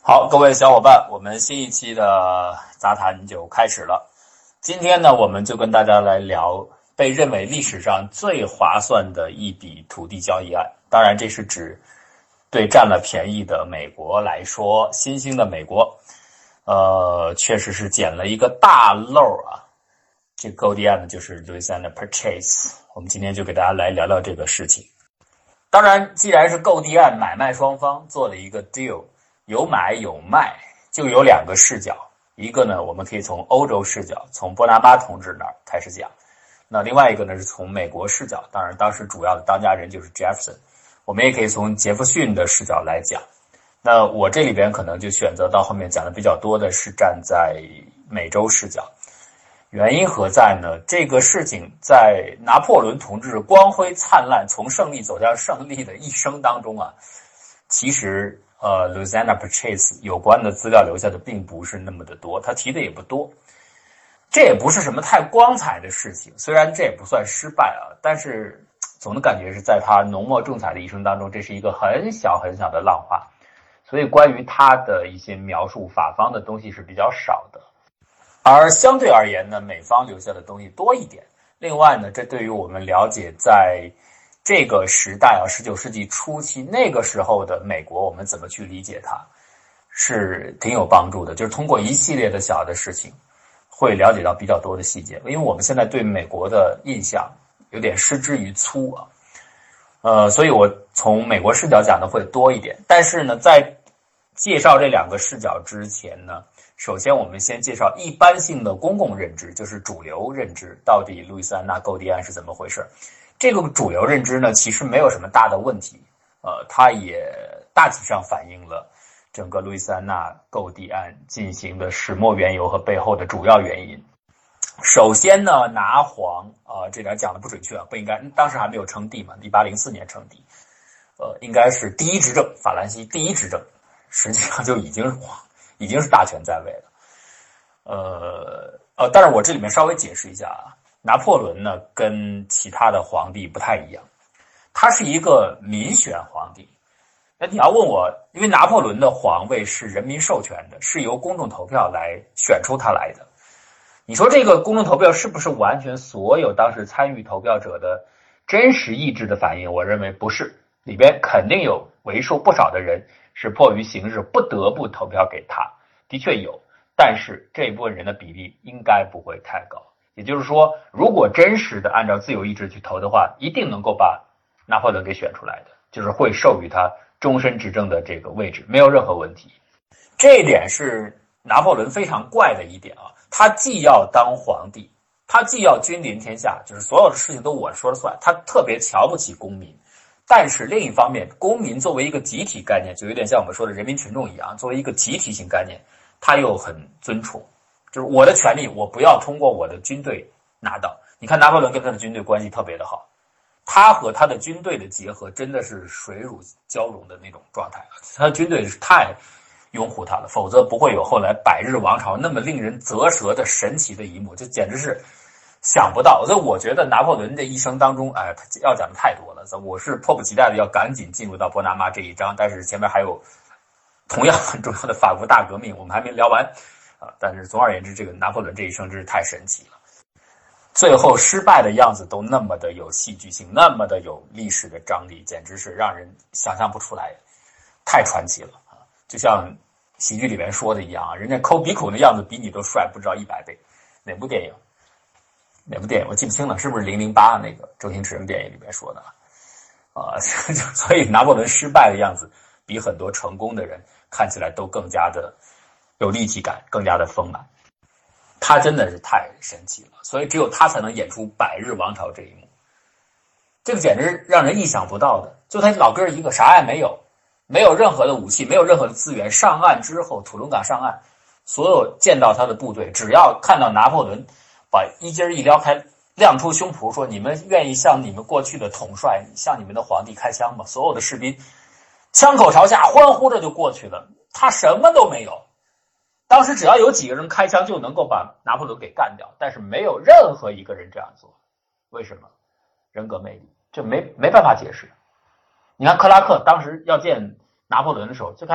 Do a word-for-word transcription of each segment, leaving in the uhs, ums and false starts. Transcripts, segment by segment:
好，各位小伙伴，我们新一期的杂谈就开始了。今天呢，我们就跟大家来聊被认为历史上最划算的一笔土地交易案。当然，这是指对占了便宜的美国来说，新兴的美国，呃，确实是捡了一个大漏啊。这个购地案呢，就是 Louisiana Purchase。我们今天就给大家来聊聊这个事情。当然，既然是购地案，买卖双方做了一个 deal。有买有卖，就有两个视角。一个呢，我们可以从欧洲视角，从波拿巴同志那儿开始讲。那另外一个呢，是从美国视角。当然，当时主要的当家人就是 Jefferson。我们也可以从杰弗逊的视角来讲。那我这里边可能就选择到后面讲的比较多的是站在美洲视角。原因何在呢？这个事情在拿破仑同志光辉灿烂从胜利走向胜利的一生当中啊，其实呃 Louisiana Purchase 有关的资料留下的并不是那么的多，他提的也不多。这也不是什么太光彩的事情，虽然这也不算失败啊，但是总的感觉是在他浓墨重彩的一生当中，这是一个很小很小的浪花，所以关于他的一些描述法方的东西是比较少的。而相对而言呢，美方留下的东西多一点。另外呢，这对于我们了解在这个时代啊，十九世纪初期那个时候的美国，我们怎么去理解它，是挺有帮助的。就是通过一系列的小的事情，会了解到比较多的细节。因为我们现在对美国的印象有点失之于粗啊，呃，所以我从美国视角讲的会多一点。但是呢，在介绍这两个视角之前呢，首先我们先介绍一般性的公共认知，就是主流认知，到底路易斯安那购地案是怎么回事。这个主流认知呢，其实没有什么大的问题，呃，它也大体上反映了整个路易斯安那购地案进行的始末缘由和背后的主要原因。首先呢，拿黄啊、呃，这点讲的不准确啊，不应该，当时还没有称帝嘛，一八零四年称帝，呃，应该是第一执政，法兰西第一执政，实际上就已经是黄，已经是大权在位了。呃呃，但是我这里面稍微解释一下啊。拿破仑呢，跟其他的皇帝不太一样，他是一个民选皇帝。那你要问我，因为拿破仑的皇位是人民授权的，是由公众投票来选出他来的。你说这个公众投票是不是完全所有当时参与投票者的真实意志的反应？我认为不是，里边肯定有为数不少的人是迫于形势不得不投票给他，的确有，但是这一部分人的比例应该不会太高。也就是说，如果真实的按照自由意志去投的话，一定能够把拿破仑给选出来的，就是会授予他终身执政的这个位置，没有任何问题。这一点是拿破仑非常怪的一点啊，他既要当皇帝，他既要君临天下，就是所有的事情都我说了算，他特别瞧不起公民。但是另一方面，公民作为一个集体概念，就有点像我们说的人民群众一样，作为一个集体性概念，他又很尊崇。就是我的权利，我不要通过我的军队拿到。你看拿破仑跟他的军队关系特别的好，他和他的军队的结合真的是水乳交融的那种状态。他的军队是太拥护他了，否则不会有后来百日王朝那么令人啧舌的神奇的一幕，这简直是想不到。所以我觉得拿破仑的一生当中，哎，他要讲的太多了，我是迫不及待的要赶紧进入到波拿巴这一章，但是前面还有同样很重要的法国大革命，我们还没聊完。啊，但是总而言之，这个拿破仑这一生真是太神奇了。最后失败的样子都那么的有戏剧性，那么的有历史的张力，简直是让人想象不出来，太传奇了啊！就像喜剧里面说的一样啊，人家抠鼻孔的样子比你都帅不知道一百倍。哪部电影？哪部电影我记不清了，是不是零零八那个周星驰电影里面说的啊？所以拿破仑失败的样子比很多成功的人看起来都更加的有立体感，更加的丰满。他真的是太神奇了，所以只有他才能演出百日王朝这一幕，这个简直让人意想不到的。就他老哥一个，啥也没有，没有任何的武器，没有任何的资源。上岸之后，土伦港上岸，所有见到他的部队，只要看到拿破仑把衣襟一撩开，亮出胸脯说：“你们愿意向你们过去的统帅，向你们的皇帝开枪吗？”所有的士兵枪口朝下，欢呼着就过去了。他什么都没有。当时只要有几个人开枪就能够把拿破仑给干掉，但是没有任何一个人这样做。为什么？人格魅力，这没没办法解释。你看克拉克当时要见拿破仑的时候，最开始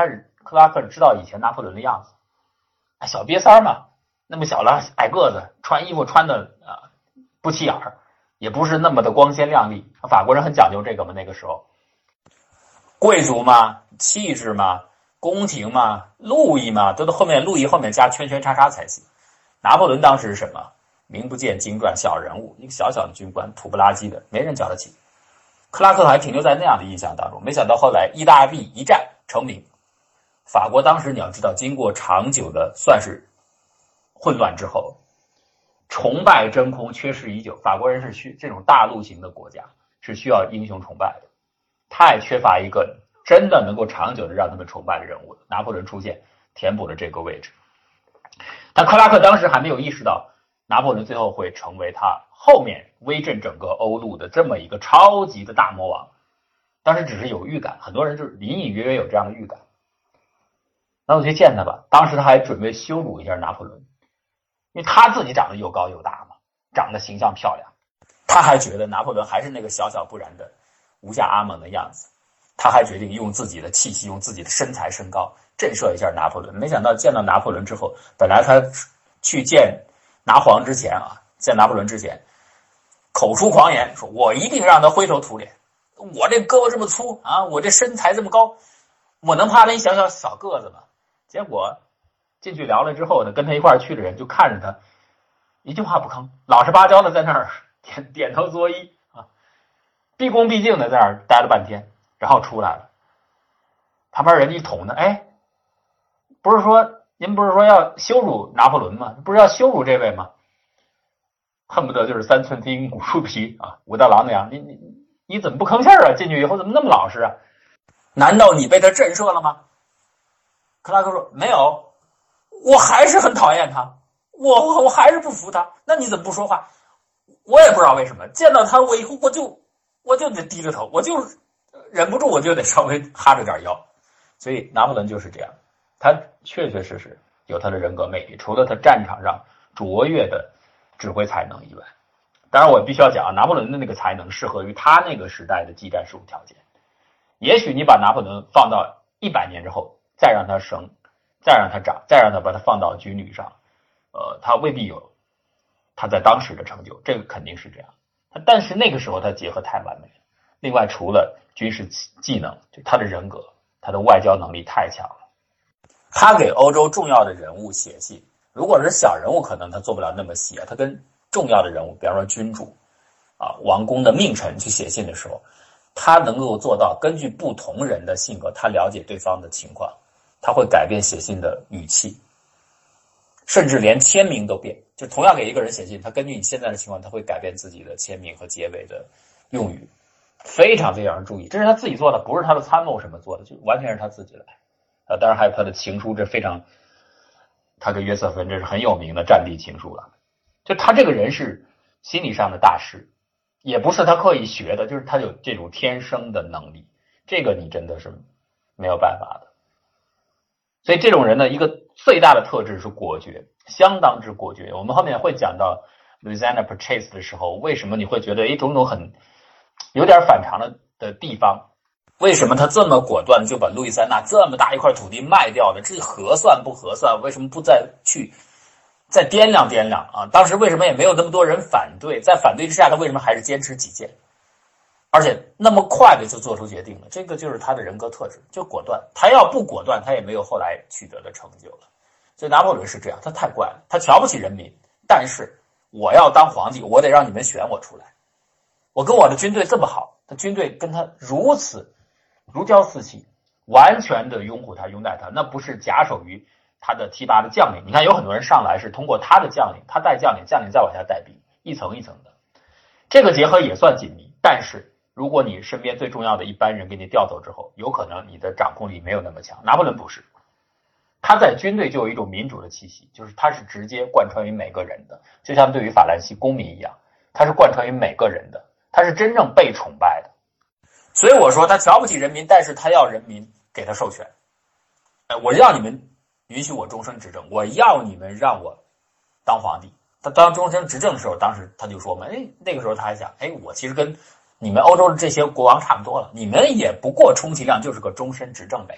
克拉克知道以前拿破仑的样子，小瘪三嘛，那么小了矮个子，穿衣服穿的啊不起眼儿，也不是那么的光鲜亮丽。法国人很讲究这个嘛，那个时候贵族嘛，气质嘛，宫廷嘛，路易嘛，都到后面路易后面加圈圈叉叉才行。拿破仑当时是什么？名不见经传小人物，一个小小的军官，土不拉几的，没人瞧得起。克拉克还停留在那样的印象当中，没想到后来意大利一战成名。法国当时你要知道，经过长久的算是混乱之后，崇拜真空，缺失已久。法国人是需这种大陆型的国家是需要英雄崇拜的，太缺乏一个真的能够长久的让他们崇拜的人物了。拿破仑出现，填补了这个位置。但克拉克当时还没有意识到，拿破仑最后会成为他后面威震整个欧陆的这么一个超级的大魔王。当时只是有预感，很多人就是隐隐约约有这样的预感。那我去见他吧。当时他还准备羞辱一下拿破仑，因为他自己长得又高又大嘛，长得形象漂亮，他还觉得拿破仑还是那个小小不然的无下阿蒙的样子。他还决定用自己的气息，用自己的身材身高震慑一下拿破仑。没想到见到拿破仑之后，本来他去见拿皇之前啊，见拿破仑之前口出狂言，说我一定让他灰头土脸，我这胳膊这么粗啊，我这身材这么高，我能怕他一小小小个子吗？结果进去聊了之后呢，跟他一块儿去的人就看着他一句话不吭，老实巴交的在那儿点点头作揖啊，毕恭毕敬的在那儿待了半天，然后出来了。旁边人一捅他，哎，不是说您不是说要羞辱拿破仑吗？不是要羞辱这位吗？恨不得就是三寸丁骨树皮啊，武大郎那样。你你你怎么不吭气儿啊？进去以后怎么那么老实啊？难道你被他震慑了吗？克拉克说没有，我还是很讨厌他，我我还是不服他。那你怎么不说话？我也不知道为什么，见到他我以后我就我就得低着头，我就忍不住我就得稍微哈着点腰。所以拿破仑就是这样，他确确实实有他的人格魅力，除了他战场上卓越的指挥才能以外。当然我必须要讲啊，拿破仑的那个才能适合于他那个时代的技战术条件。也许你把拿破仑放到一百年之后，再让他生，再让他长，再让他把他放到军旅上，呃，他未必有他在当时的成就，这个肯定是这样。但是那个时候他结合太完美了。另外，除了军事技能，就他的人格，他的外交能力太强了。他给欧洲重要的人物写信，如果是小人物，可能他做不了那么细啊。他跟重要的人物，比方说君主啊、王公的命臣去写信的时候，他能够做到根据不同人的性格，他了解对方的情况，他会改变写信的语气，甚至连签名都变。就同样给一个人写信，他根据你现在的情况，他会改变自己的签名和结尾的用语，非常非常注意。这是他自己做的，不是他的参谋什么做的，就完全是他自己来。呃，当然还有他的情书，这非常，他跟约瑟芬这是很有名的战地情书了。就他这个人是心理上的大师，也不是他刻意学的，就是他有这种天生的能力，这个你真的是没有办法的。所以这种人呢，一个最大的特质是果决，相当之果决。我们后面会讲到 Louisiana Purchase 的时候，为什么你会觉得一种种很有点反常的的地方，为什么他这么果断就把路易斯安那这么大一块土地卖掉了？这合算不合算？为什么不再去再掂量掂量啊？当时为什么也没有那么多人反对？在反对之下，他为什么还是坚持己见？而且那么快的就做出决定了，这个就是他的人格特质，就果断。他要不果断，他也没有后来取得的成就了。所以拿破仑是这样，他太怪了，他瞧不起人民，但是我要当皇帝，我得让你们选我出来。我跟我的军队这么好，他军队跟他如此如胶似漆，完全的拥护他、拥戴他，那不是假手于他的提拔的将领。你看，有很多人上来是通过他的将领，他带将领，将领再往下带兵，一层一层的，这个结合也算紧密。但是如果你身边最重要的一班人给你调走之后，有可能你的掌控力没有那么强。拿破仑不是，他在军队就有一种民主的气息，就是他是直接贯穿于每个人的，就像对于法兰西公民一样，他是贯穿于每个人的，他是真正被崇拜的。所以我说他瞧不起人民，但是他要人民给他授权。哎，我要你们允许我终身执政，我要你们让我当皇帝。他当终身执政的时候，当时他就说嘛，哎，那个时候他还想，哎，我其实跟你们欧洲的这些国王差不多了，你们也不过充其量就是个终身执政呗。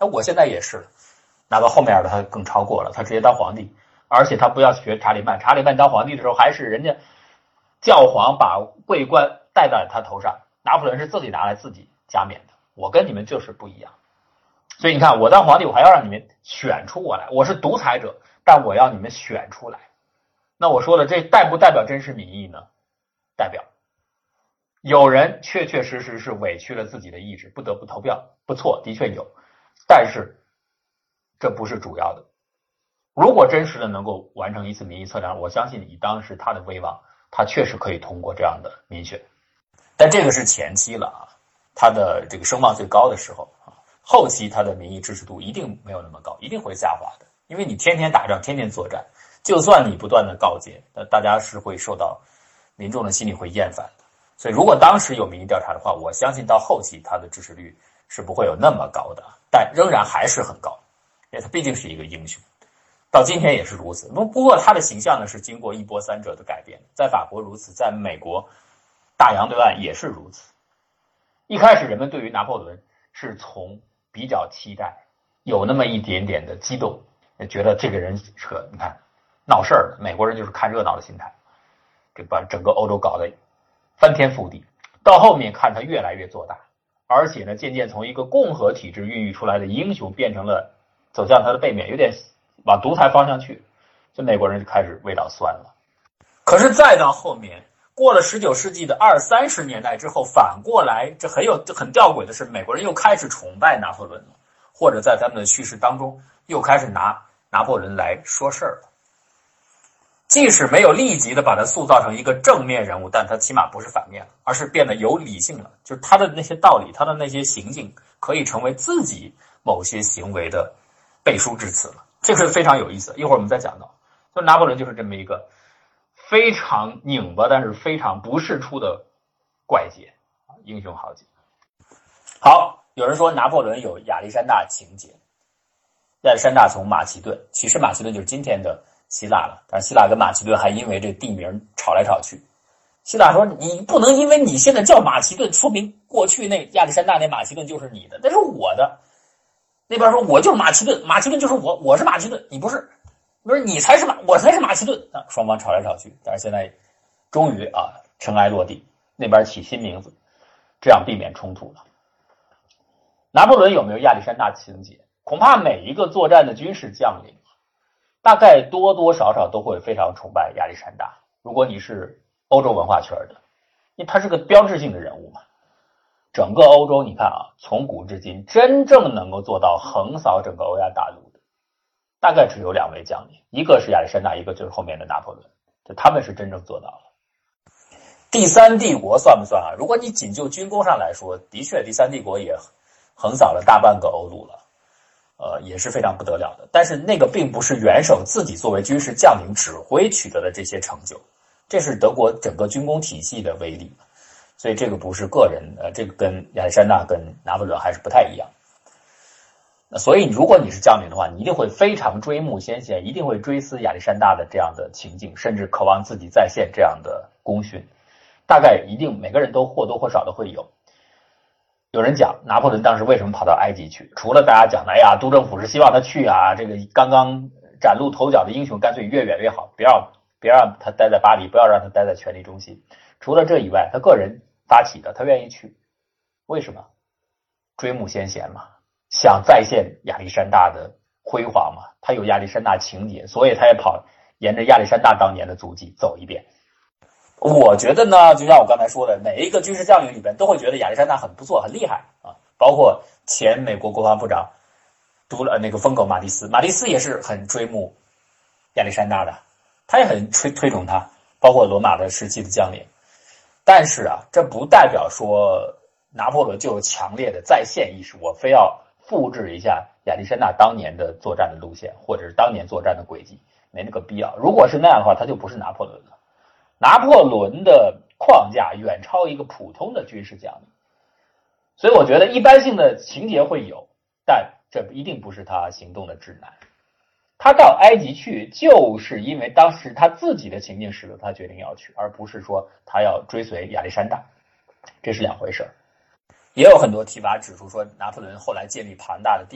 那我现在也是，拿到后面的他更超过了，他直接当皇帝，而且他不要学查理曼，查理曼当皇帝的时候还是人家教皇把桂冠戴在他头上，拿破仑是自己拿来自己加冕的。我跟你们就是不一样，所以你看，我当皇帝，我还要让你们选出我来，我是独裁者，但我要你们选出来。那我说了，这代不代表真实民意呢？代表。有人确确实实是委屈了自己的意志，不得不投票，不错，的确有，但是这不是主要的。如果真实的能够完成一次民意测量，我相信以当时他的威望，他确实可以通过这样的民选。但这个是前期了啊，他的这个声望最高的时候啊，后期他的民意支持度一定没有那么高，一定会下滑的。因为你天天打仗，天天作战，就算你不断的告诫，那大家是会受到民众的心理会厌烦的。所以如果当时有民意调查的话，我相信到后期他的支持率是不会有那么高的，但仍然还是很高，因为他毕竟是一个英雄。到今天也是如此。不过他的形象呢是经过一波三折的改变，在法国如此，在美国大洋对岸也是如此。一开始人们对于拿破仑是从比较期待，有那么一点点的激动，觉得这个人是个你看闹事儿的，美国人就是看热闹的心态，这把整个欧洲搞得翻天覆地。到后面看他越来越做大，而且呢，渐渐从一个共和体制孕育出来的英雄，变成了走向他的背面，有点往独裁方向去，这美国人就开始味道酸了。可是再到后面，过了十九世纪的二三十年代之后，反过来，这很有很吊诡的是，美国人又开始崇拜拿破仑了，或者在他们的叙事当中又开始拿拿破仑来说事儿了。即使没有立即的把他塑造成一个正面人物，但他起码不是反面了，而是变得有理性了，就是他的那些道理，他的那些行径可以成为自己某些行为的背书之词了。这个是非常有意思的，一会儿我们再讲到。就拿破仑就是这么一个非常拧巴但是非常不世出的怪杰，英雄豪杰。好，有人说拿破仑有亚历山大情节，亚历山大从马其顿，其实马其顿就是今天的希腊了，但是希腊跟马其顿还因为这地名吵来吵去。希腊说你不能因为你现在叫马其顿，说明过去那亚历山大那马其顿就是你的，那是我的。那边说我就是马其顿，马其顿就是我，我是马其顿，你不是，不是你才是马，我才是马其顿啊！双方吵来吵去，但是现在终于啊尘埃落地，那边起新名字，这样避免冲突了。拿破仑有没有亚历山大情节？恐怕每一个作战的军事将领，大概多多少少都会非常崇拜亚历山大。如果你是欧洲文化圈的，因为他是个标志性的人物嘛。整个欧洲你看啊，从古至今真正能够做到横扫整个欧亚大陆的，大概只有两位将领，一个是亚历山大，一个就是后面的拿破仑，就他们是真正做到了。第三帝国算不算啊？如果你仅就军功上来说，的确第三帝国也横扫了大半个欧陆了，呃，也是非常不得了的。但是那个并不是元首自己作为军事将领指挥取得的这些成就，这是德国整个军工体系的威力。所以这个不是个人，呃，这个跟亚历山大跟拿破仑还是不太一样。那所以如果你是将领的话，你一定会非常追慕先贤，一定会追思亚历山大的这样的情境，甚至渴望自己再现这样的功勋。大概一定每个人都或多或少的会有。有人讲拿破仑当时为什么跑到埃及去，除了大家讲的哎呀督政府是希望他去啊，这个刚刚崭露头角的英雄干脆越远越好，别让别让他待在巴黎，不要让他待在权力中心。除了这以外，他个人发起的，他愿意去，为什么？追慕先贤嘛，想再现亚历山大的辉煌嘛，他有亚历山大情节，所以他也跑沿着亚历山大当年的足迹走一遍。我觉得呢，就像我刚才说的，每一个军事将领里边都会觉得亚历山大很不错，很厉害啊。包括前美国国防部长读了那个疯狗马蒂斯，马蒂斯也是很追慕亚历山大的，他也很推推崇他，包括罗马的时期的将领。但是啊，这不代表说拿破仑就有强烈的再现意识，我非要复制一下亚历山大当年的作战的路线，或者是当年作战的轨迹，没那个必要。如果是那样的话，他就不是拿破仑了。拿破仑的框架远超一个普通的军事将领，所以我觉得一般性的情节会有，但这一定不是他行动的指南。他到埃及去就是因为当时他自己的情境使得他决定要去，而不是说他要追随亚历山大，这是两回事。也有很多提法指出说拿破仑后来建立庞大的帝国，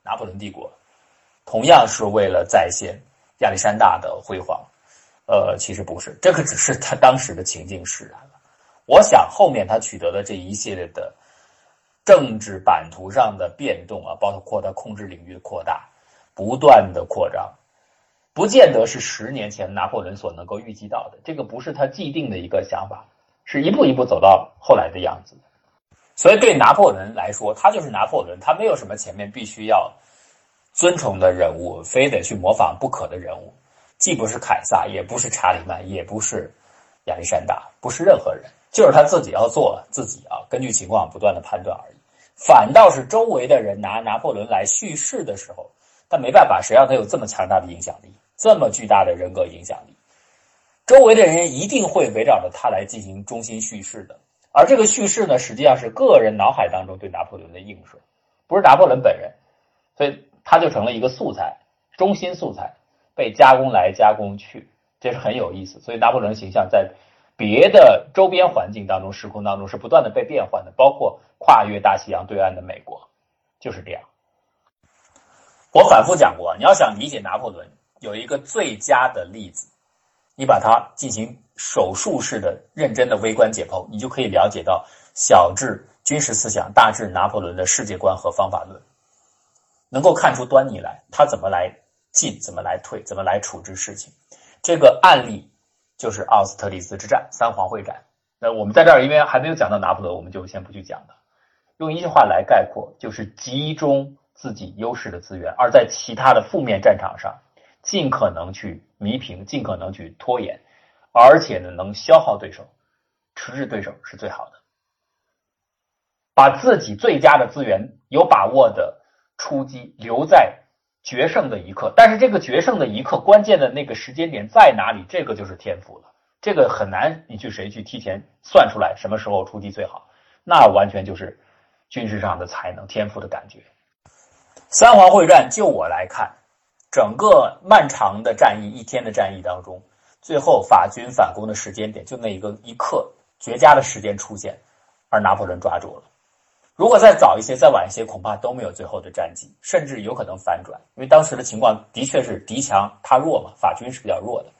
拿破仑帝国，同样是为了再现亚历山大的辉煌。呃，其实不是，这个只是他当时的情境使然了。我想后面他取得的这一系列的政治版图上的变动啊，包括他控制领域的扩大，不断的扩张，不见得是十年前拿破仑所能够预计到的，这个不是他既定的一个想法，是一步一步走到后来的样子。所以对拿破仑来说，他就是拿破仑，他没有什么前面必须要尊崇的人物，非得去模仿不可的人物，既不是凯撒，也不是查理曼，也不是亚历山大，不是任何人，就是他自己要做自己啊，根据情况不断的判断而已。反倒是周围的人拿拿破仑来叙事的时候，但没办法，谁让他有这么强大的影响力，这么巨大的人格影响力，周围的人一定会围绕着他来进行中心叙事的。而这个叙事呢，实际上是个人脑海当中对拿破仑的映射，不是拿破仑本人，所以他就成了一个素材，中心素材，被加工来加工去，这是很有意思。所以拿破仑形象在别的周边环境当中、时空当中是不断的被变换的，包括跨越大西洋对岸的美国，就是这样。我反复讲过，你要想理解拿破仑，有一个最佳的例子，你把它进行手术式的认真的微观解剖，你就可以了解到小至军事思想，大至拿破仑的世界观和方法论，能够看出端倪来，他怎么来进，怎么来退，怎么来处置事情。这个案例就是奥斯特利茨之战，三皇会战。那我们在这儿因为还没有讲到拿破仑，我们就先不去讲了。用一句话来概括，就是集中自己优势的资源，而在其他的负面战场上尽可能去弥平，尽可能去拖延，而且呢能消耗对手，迟滞对手是最好的。把自己最佳的资源有把握的出击留在决胜的一刻，但是这个决胜的一刻关键的那个时间点在哪里，这个就是天赋了。这个很难你去谁去提前算出来什么时候出击最好，那完全就是军事上的才能天赋的感觉。三皇会战就我来看，整个漫长的战役一天的战役当中，最后法军反攻的时间点就那一个一刻绝佳的时间出现，而拿破仑抓住了。如果再早一些再晚一些，恐怕都没有最后的战绩，甚至有可能反转，因为当时的情况的确是敌强他弱嘛，法军是比较弱的。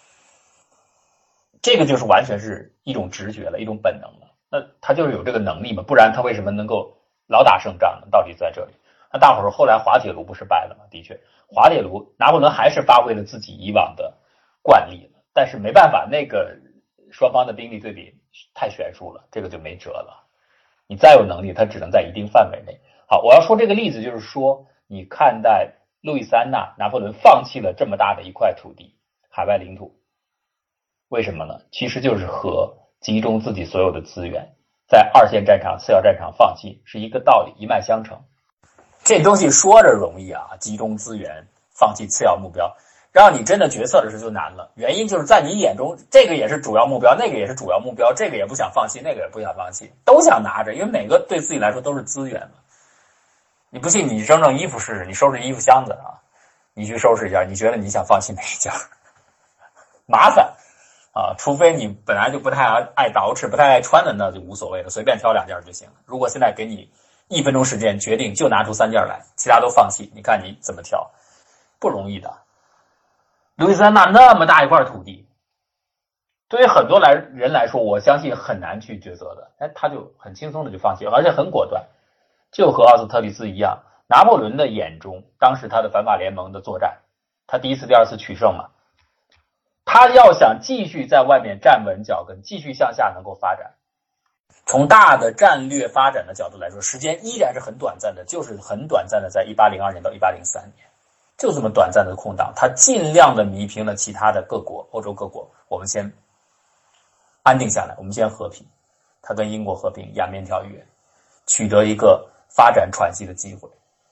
这个就是完全是一种直觉了，一种本能了。那他就是有这个能力嘛，不然他为什么能够老打胜仗呢？道理在这里。那大伙儿后来滑铁卢不是败了吗？的确，滑铁卢拿破仑还是发挥了自己以往的惯例了，但是没办法，那个双方的兵力对比太悬殊了，这个就没辙了。你再有能力，他只能在一定范围内。好，我要说这个例子，就是说你看待路易斯安那，拿破仑放弃了这么大的一块土地，海外领土，为什么呢？其实就是和集中自己所有的资源，在二线战场、次要战场放弃是一个道理，一脉相承。这东西说着容易啊，集中资源，放弃次要目标，让你真的决策的时候就难了。原因就是在你眼中，这个也是主要目标，那个也是主要目标，这个也不想放弃，那个也不想放弃，都想拿着，因为每个对自己来说都是资源嘛。你不信，你扔扔衣服试试，你收拾衣服箱子啊，你去收拾一下，你觉得你想放弃哪一件？麻烦啊，除非你本来就不太爱捯饬，不太爱穿的，那就无所谓了，随便挑两件就行了。如果现在给你一分钟时间决定就拿出三件来，其他都放弃，你看你怎么挑？不容易的。路易斯安那那么大一块土地，对于很多来人来说，我相信很难去抉择的。哎，他就很轻松的就放弃了，而且很果断，就和奥斯特利斯一样。拿破仑的眼中，当时他的反法联盟的作战，他第一次、第二次取胜嘛，他要想继续在外面站稳脚跟，继续向下能够发展。从大的战略发展的角度来说，时间依然是很短暂的，就是很短暂的，在一八零二年到一八零三年，就这么短暂的空档，他尽量的弥平了其他的各国，欧洲各国，我们先安定下来，我们先和平。他跟英国和平，亚棉条约，取得一个发展喘息的机会。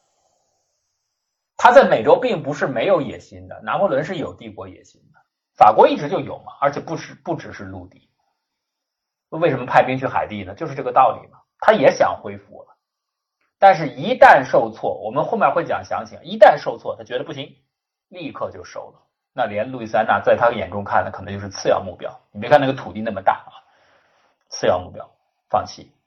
他在美洲并不是没有野心的，拿破仑是有帝国野心的，法国一直就有嘛，而且不是不只是陆地。为什么派兵去海地呢？就是这个道理嘛，他也想恢复了，但是一旦受挫，我们后面会讲详情，一旦受挫，他觉得不行，立刻就收了。那连路易斯安那在他眼中看的可能就是次要目标，你别看那个土地那么大啊，次要目标放弃。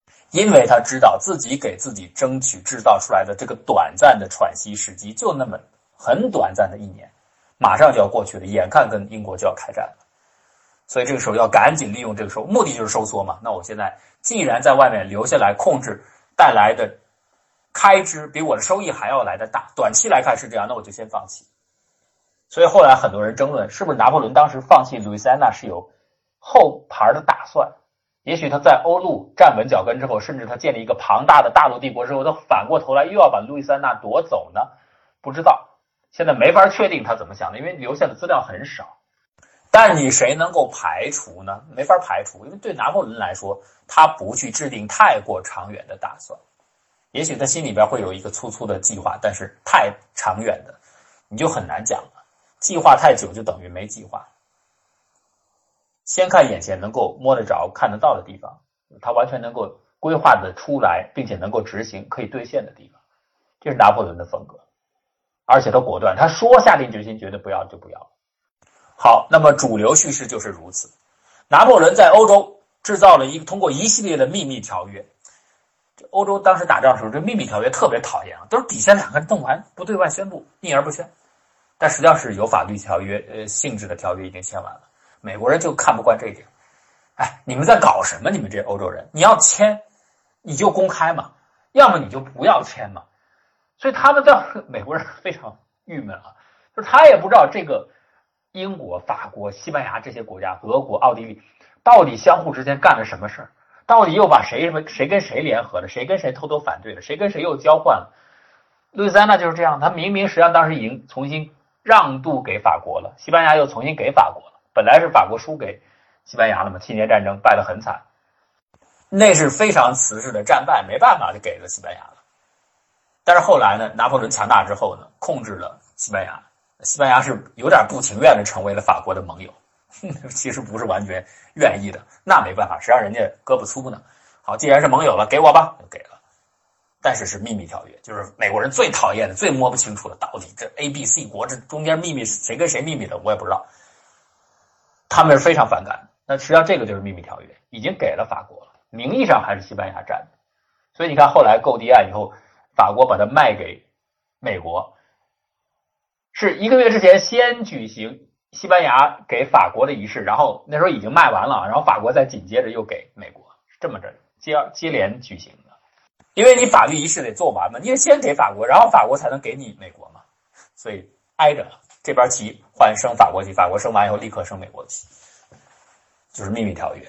因为他知道自己给自己争取制造出来的这个短暂的喘息时机就那么很短暂的一年，马上就要过去了，眼看跟英国就要开战了，所以这个时候要赶紧利用这个时候，目的就是收缩嘛。那我现在既然在外面留下来控制，带来的开支比我的收益还要来的大，短期来看是这样，那我就先放弃。所以后来很多人争论，是不是拿破仑当时放弃路易斯安那是有后盘的打算？也许他在欧陆站稳脚跟之后，甚至他建立一个庞大的大陆帝国之后，他反过头来又要把路易斯安那夺走呢？不知道，现在没法确定他怎么想的，因为留下的资料很少。但你谁能够排除呢？没法排除，因为对拿破仑来说，他不去制定太过长远的打算。也许他心里边会有一个粗粗的计划，但是太长远的你就很难讲了。计划太久就等于没计划。先看眼前能够摸得着看得到的地方，他完全能够规划的出来并且能够执行可以兑现的地方，这是拿破仑的风格。而且他果断，他说下定决心绝对不要就不要。好，那么主流叙事就是如此。拿破仑在欧洲制造了一个通过一系列的秘密条约。欧洲当时打仗的时候，这秘密条约特别讨厌啊，都是底下两个人弄完不对外宣布，秘而不宣。但实际上是有法律条约呃性质的条约已经签完了。美国人就看不惯这一点，哎，你们在搞什么？你们这欧洲人，你要签，你就公开嘛，要么你就不要签嘛。所以他们在美国人非常郁闷啊，就是他也不知道这个英国、法国、西班牙这些国家，俄国、奥地利，到底相互之间干了什么事儿？到底又把谁谁跟谁联合了？谁跟谁偷偷反对了？谁跟谁又交换了？路易斯安那就是这样，他明明实际上当时已经重新让渡给法国了，西班牙又重新给法国了。本来是法国输给西班牙了嘛，七年战争败得很惨，那是非常瓷实的战败，没办法就给了西班牙了。但是后来呢，拿破仑强大之后呢，控制了西班牙，西班牙是有点不情愿的成为了法国的盟友，其实不是完全愿意的，那没办法，谁让人家胳膊粗呢？好，既然是盟友了，给我吧，就给了。但是是秘密条约，就是美国人最讨厌的、最摸不清楚的，到底这 A、B、C 国这中间秘密谁跟谁秘密的，我也不知道。他们是非常反感的。那实际上这个就是秘密条约，已经给了法国了，名义上还是西班牙占的。所以你看后来购地案以后，法国把它卖给美国，是一个月之前先举行西班牙给法国的仪式，然后那时候已经卖完了，然后法国再紧接着又给美国，是这么着接接连举行的。因为你法律仪式得做完嘛，你得先给法国，然后法国才能给你美国嘛，所以挨着这边旗换升法国旗，法国升完以后立刻升美国旗，就是秘密条约。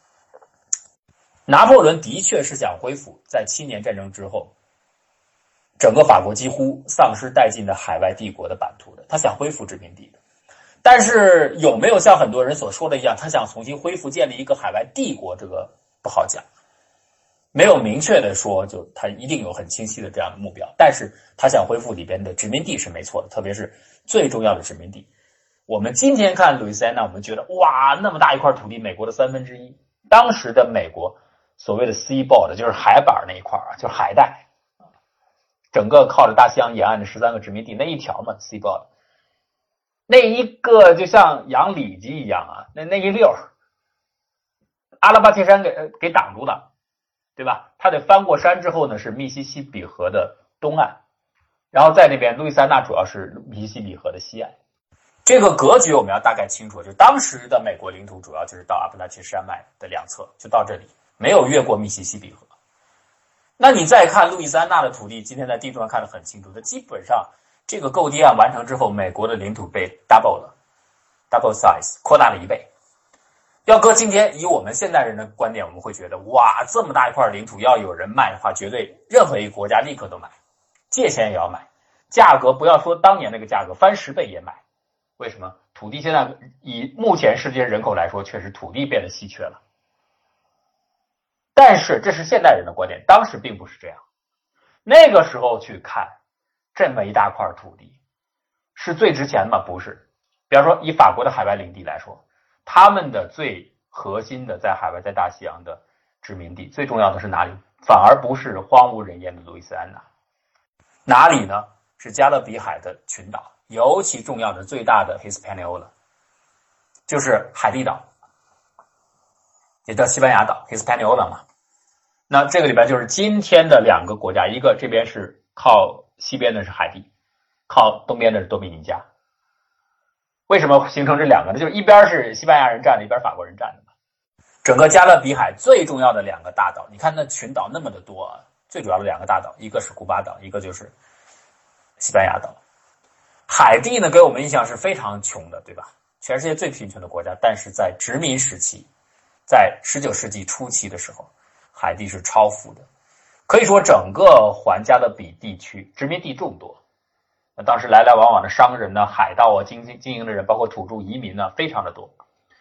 拿破仑的确是想恢复在七年战争之后整个法国几乎丧失殆尽的海外帝国的版图的，他想恢复殖民地的。但是有没有像很多人所说的一样，他想重新恢复建立一个海外帝国，这个不好讲，没有明确的说就他一定有很清晰的这样的目标。但是他想恢复里边的殖民地是没错的，特别是最重要的殖民地。我们今天看路易斯安那，我们觉得哇，那么大一块土地，美国的三分之一。当时的美国所谓的 seaboard 就是海板那一块啊，就是海带，整个靠着大西洋沿岸的十三个殖民地那一条嘛 seaboard， 那一个就像养里脊一样啊，那那一溜阿拉巴铁山给给挡住了，对吧？他得翻过山之后呢，是密西西比河的东岸，然后在那边路易斯安那主要是密西西比河的西岸。这个格局我们要大概清楚，就当时的美国领土主要就是到阿布拉契山脉的两侧，就到这里，没有越过密西西比河。那你再看路易斯安那的土地，今天在地图上看得很清楚，它基本上这个购地案完成之后，美国的领土被 double 了 double size 扩大了一倍。要搁今天，以我们现代人的观点，我们会觉得哇，这么大一块领土要有人卖的话，绝对任何一个国家立刻都买，借钱也要买，价格不要说当年那个价格，翻十倍也买。为什么？土地现在以目前世界人口来说，确实土地变得稀缺了。但是这是现代人的观点，当时并不是这样。那个时候去看这么一大块土地，是最值钱的吗？不是。比方说以法国的海外领地来说，他们的最核心的在海外在大西洋的殖民地，最重要的是哪里？反而不是荒无人烟的路易斯安那，哪里呢？是加勒比海的群岛，尤其重要的最大的 Hispaniola， 就是海地岛，也叫西班牙岛 Hispaniola 嘛。 那这个里边就是今天的两个国家，一个这边是靠西边的是海地，靠东边的是多米尼加。为什么形成这两个呢？就是一边是西班牙人占的，一边法国人占的嘛。整个加勒比海最重要的两个大岛，你看那群岛那么的多啊，最主要的两个大岛，一个是古巴岛，一个就是西班牙岛。海地呢，给我们印象是非常穷的，对吧？全世界最贫穷的国家，但是在殖民时期，在十九世纪初期的时候，海地是超富的，可以说整个环加勒比地区殖民地众多，当时来来往往的商人呢、海盗啊、经经营的人，包括土著移民呢，非常的多。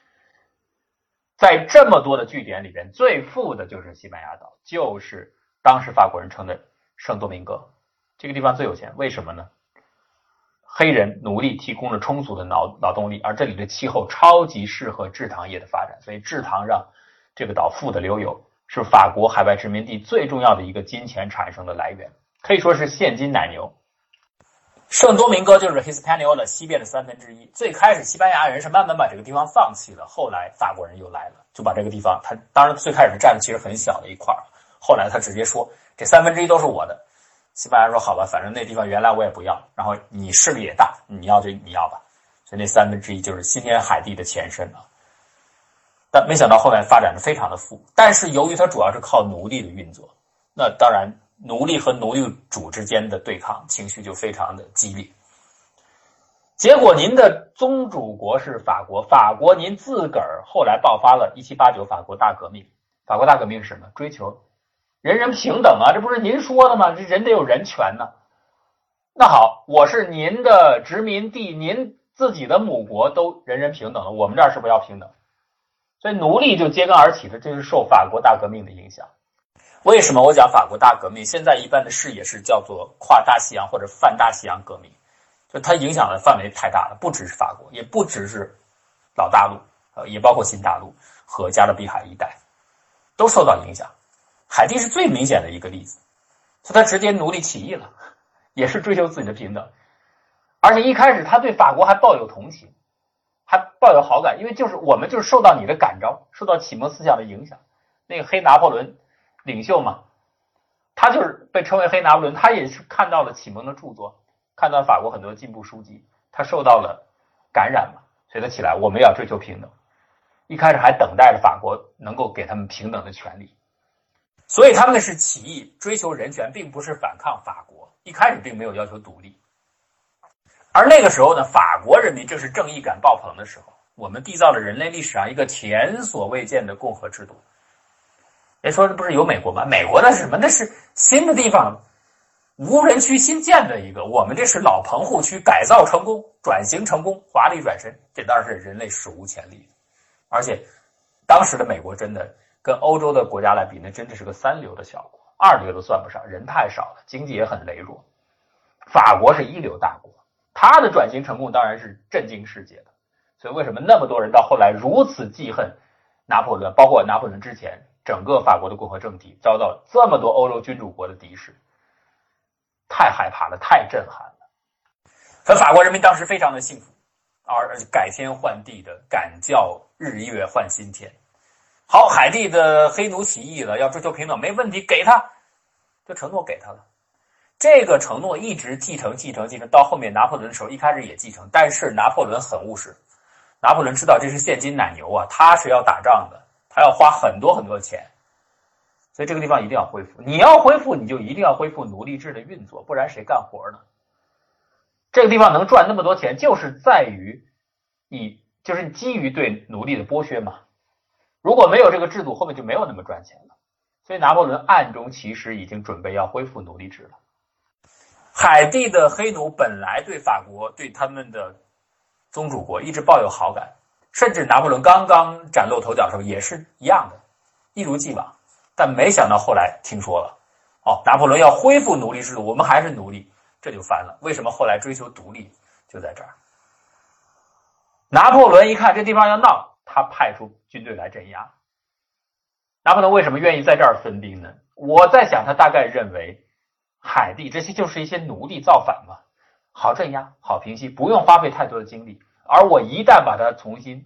在这么多的据点里边，最富的就是西班牙岛，就是当时法国人称的圣多明戈，这个地方最有钱。为什么呢？黑人奴隶提供了充足的劳劳动力，而这里的气候超级适合制糖业的发展，所以制糖让这个岛富得流油，是法国海外殖民地最重要的一个金钱产生的来源，可以说是现金奶牛。圣多明戈就是 Hispaniola 西边的三分之一。最开始西班牙人是慢慢把这个地方放弃了，后来法国人又来了，就把这个地方，他当然最开始占的其实很小的一块，后来他直接说这三分之一都是我的。西班牙人说好吧，反正那地方原来我也不要，然后你势力也大，你要就你要吧，所以那三分之一就是今天海地的前身啊。但没想到后来发展的非常的富，但是由于它主要是靠奴隶的运作，那当然奴隶和奴隶主之间的对抗情绪就非常的激烈。结果您的宗主国是法国，法国您自个儿后来爆发了一七八九法国大革命。法国大革命是什么？追求人人平等啊，这不是您说的吗？这人得有人权呢。那好，我是您的殖民地，您自己的母国都人人平等了，我们这儿是不是要平等？所以奴隶就揭竿而起的，这是受法国大革命的影响。为什么我讲法国大革命？现在一般的视野是叫做跨大西洋或者泛大西洋革命，就它影响的范围太大了，不只是法国，也不只是老大陆，呃，也包括新大陆和加勒比海一带，都受到影响。海地是最明显的一个例子，所以他直接奴隶起义了，也是追求自己的平等，而且一开始他对法国还抱有同情，还抱有好感，因为就是我们就是受到你的感召，受到启蒙思想的影响。那个黑拿破仑领袖嘛，他就是被称为黑拿破仑，他也是看到了启蒙的著作，看到法国很多进步书籍，他受到了感染嘛，所以他起来，我们要追求平等。一开始还等待着法国能够给他们平等的权利，所以他们是起义，追求人权，并不是反抗法国，一开始并没有要求独立。而那个时候呢，法国人民正是正义感爆棚的时候，我们缔造了人类历史上一个前所未见的共和制度。人说这不是有美国吗？美国那是什么？那是新的地方，无人区新建的一个，我们这是老棚户区改造成功，转型成功，华丽转身，这当然是人类史无前例的。而且当时的美国真的跟欧洲的国家来比，那真的是个三流的小国，二流都算不上，人太少了，经济也很羸弱。法国是一流大国，他的转型成功当然是震惊世界的。所以为什么那么多人到后来如此记恨拿破仑，包括拿破仑之前整个法国的共和政体遭到这么多欧洲君主国的敌视，太害怕了，太震撼了。可法国人民当时非常的幸福，而改天换地的敢叫日月换新天。好，海地的黑奴起义了，要追求平等，没问题，给他，就承诺给他了。这个承诺一直继承继承继承，到后面拿破仑的时候，一开始也继承，但是拿破仑很务实，拿破仑知道这是现金奶牛啊，他是要打仗的，他要花很多很多钱，所以这个地方一定要恢复。你要恢复，你就一定要恢复奴隶制的运作，不然谁干活呢？这个地方能赚那么多钱，就是在于你就是基于对奴隶的剥削嘛。如果没有这个制度，后面就没有那么赚钱了。所以拿破仑暗中其实已经准备要恢复奴隶制了。海地的黑奴本来对法国对他们的宗主国一直抱有好感，甚至拿破仑刚刚崭露头角的时候也是一样的，一如既往。但没想到后来听说了，哦，拿破仑要恢复奴隶制度，我们还是奴隶，这就翻了。为什么后来追求独立？就在这儿。拿破仑一看这地方要闹，他派出军队来镇压。拿破仑为什么愿意在这儿分兵呢？我在想，他大概认为海地这些就是一些奴隶造反嘛，好镇压，好平息，不用花费太多的精力。而我一旦把它重新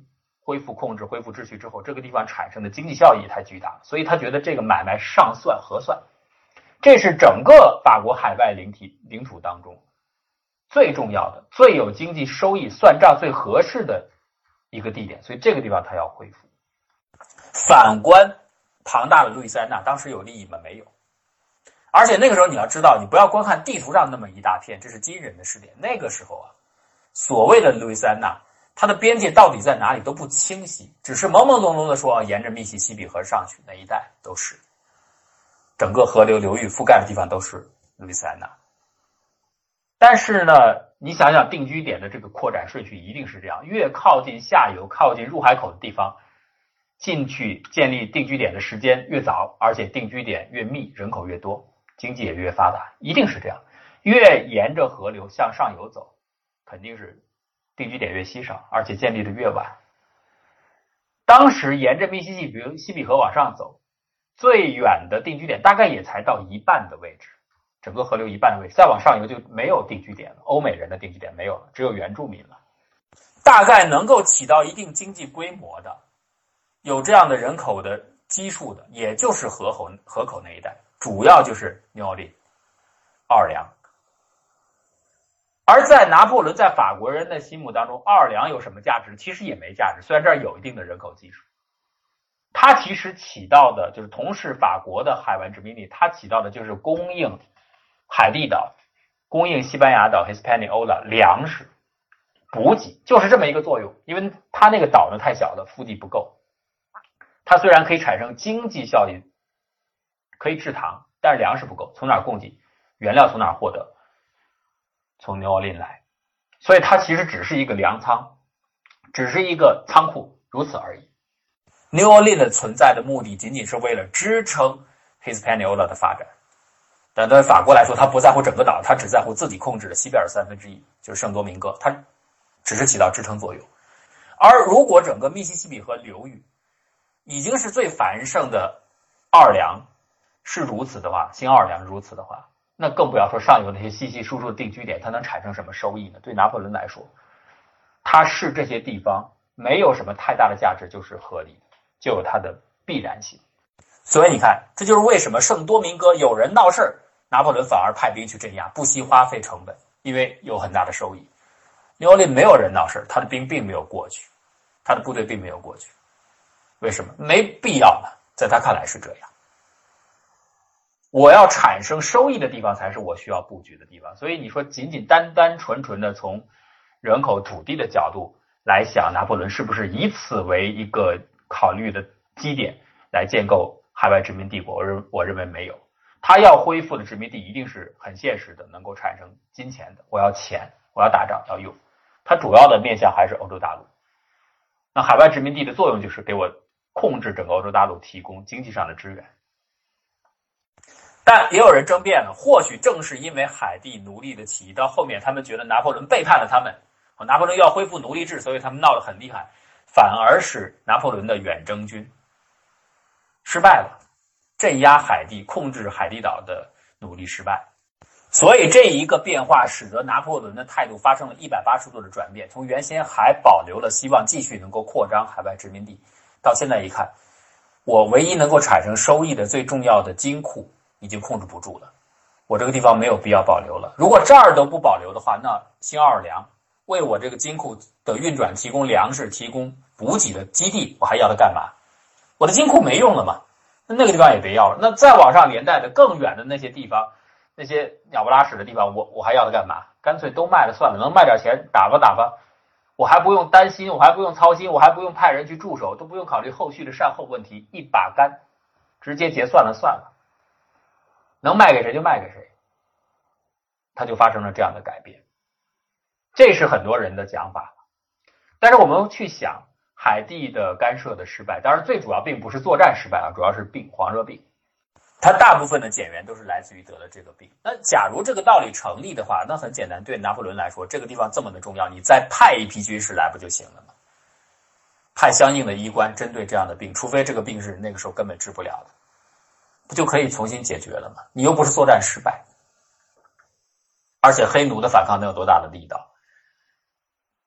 恢复控制、恢复秩序之后，这个地方产生的经济效益太巨大，所以他觉得这个买卖上算合算，这是整个法国海外领体领土当中最重要的、最有经济收益、算账最合适的一个地点，所以这个地方他要恢复。反观庞大的路易斯安那，当时有利益吗？没有。而且那个时候你要知道，你不要光看地图上那么一大片，这是惊人的视点。那个时候啊，所谓的路易斯安那，它的边界到底在哪里都不清晰，只是朦朦胧胧的说，沿着密西西比河上去那一带都是，整个河流流域覆盖的地方都是路易斯安那。但是呢，你想想定居点的这个扩展顺序一定是这样，越靠近下游、靠近入海口的地方，进去建立定居点的时间越早，而且定居点越密，人口越多，经济也越发达，一定是这样。越沿着河流向上游走，肯定是定居点越稀少，而且建立的越晚。当时沿着密西西比西比河往上走，最远的定居点大概也才到一半的位置，整个河流一半的位置，再往上游就没有定居点了，欧美人的定居点没有了，只有原住民了。大概能够起到一定经济规模的，有这样的人口的基数的，也就是河口河口那一带，主要就是纽奥良、奥尔良。而在拿破仑在法国人的心目当中，奥尔良有什么价值？其实也没价值，虽然这儿有一定的人口基数，它其实起到的就是同是法国的海湾殖民地，它起到的就是供应海地岛、供应西班牙岛 Hispaniola 粮食补给，就是这么一个作用。因为它那个岛呢太小了，腹地不够，它虽然可以产生经济效益，可以制糖，但是粮食不够，从哪儿供给？原料从哪儿获得？从纽奥良来，所以它其实只是一个粮仓，只是一个仓库，如此而已。纽奥良的存在的目的仅仅是为了支撑 Hispaniola 的发展，但对法国来说，他不在乎整个岛，他只在乎自己控制的西边的三分之一，就是圣多明哥，他只是起到支撑作用。而如果整个密西西比河流域已经是最繁盛的奥尔良是如此的话，新奥尔良如此的话，那更不要说上游那些稀稀疏疏的定居点，它能产生什么收益呢？对拿破仑来说，他视这些地方没有什么太大的价值，就是合理，就有它的必然性。所以你看，这就是为什么圣多明哥有人闹事儿，拿破仑反而派兵去镇压，不惜花费成本，因为有很大的收益。纽奥良没有人闹事儿，他的兵并没有过去，他的部队并没有过去，为什么？没必要嘛，在他看来是这样。我要产生收益的地方才是我需要布局的地方，所以你说仅仅单单纯纯的从人口土地的角度来想，拿破仑是不是以此为一个考虑的基点来建构海外殖民帝国？我认我认为没有，他要恢复的殖民地一定是很现实的，能够产生金钱的，我要钱，我要打仗要用，它主要的面向还是欧洲大陆。那海外殖民地的作用就是给我控制整个欧洲大陆，提供经济上的支援。但也有人争辩了，或许正是因为海地奴隶的起义，到后面他们觉得拿破仑背叛了他们，拿破仑要恢复奴隶制，所以他们闹得很厉害，反而使拿破仑的远征军失败了，镇压海地、控制海地岛的努力失败。所以这一个变化使得拿破仑的态度发生了一百八十度的转变，从原先还保留了希望继续能够扩张海外殖民地，到现在一看，我唯一能够产生收益的最重要的金库已经控制不住了，我这个地方没有必要保留了。如果这儿都不保留的话，那新奥尔良为我这个金库的运转提供粮食、提供补给的基地，我还要它干嘛？我的金库没用了嘛，那那个地方也别要了。那再往上连带的更远的那些地方，那些鸟不拉屎的地方，我我还要它干嘛？干脆都卖了算了，能卖点钱打发打发，我还不用担心，我还不用操心，我还不用派人去驻守，都不用考虑后续的善后问题，一把干，直接结算了算了。能卖给谁就卖给谁，它就发生了这样的改变，这是很多人的讲法。但是我们去想海地的干涉的失败，当然最主要并不是作战失败啊，主要是病，黄热病，它大部分的减员都是来自于得了这个病。那假如这个道理成立的话，那很简单，对拿破仑来说，这个地方这么的重要，你再派一批军士来不就行了吗？派相应的医官针对这样的病，除非这个病是那个时候根本治不了的，不就可以重新解决了吗？你又不是作战失败，而且黑奴的反抗能有多大的力道？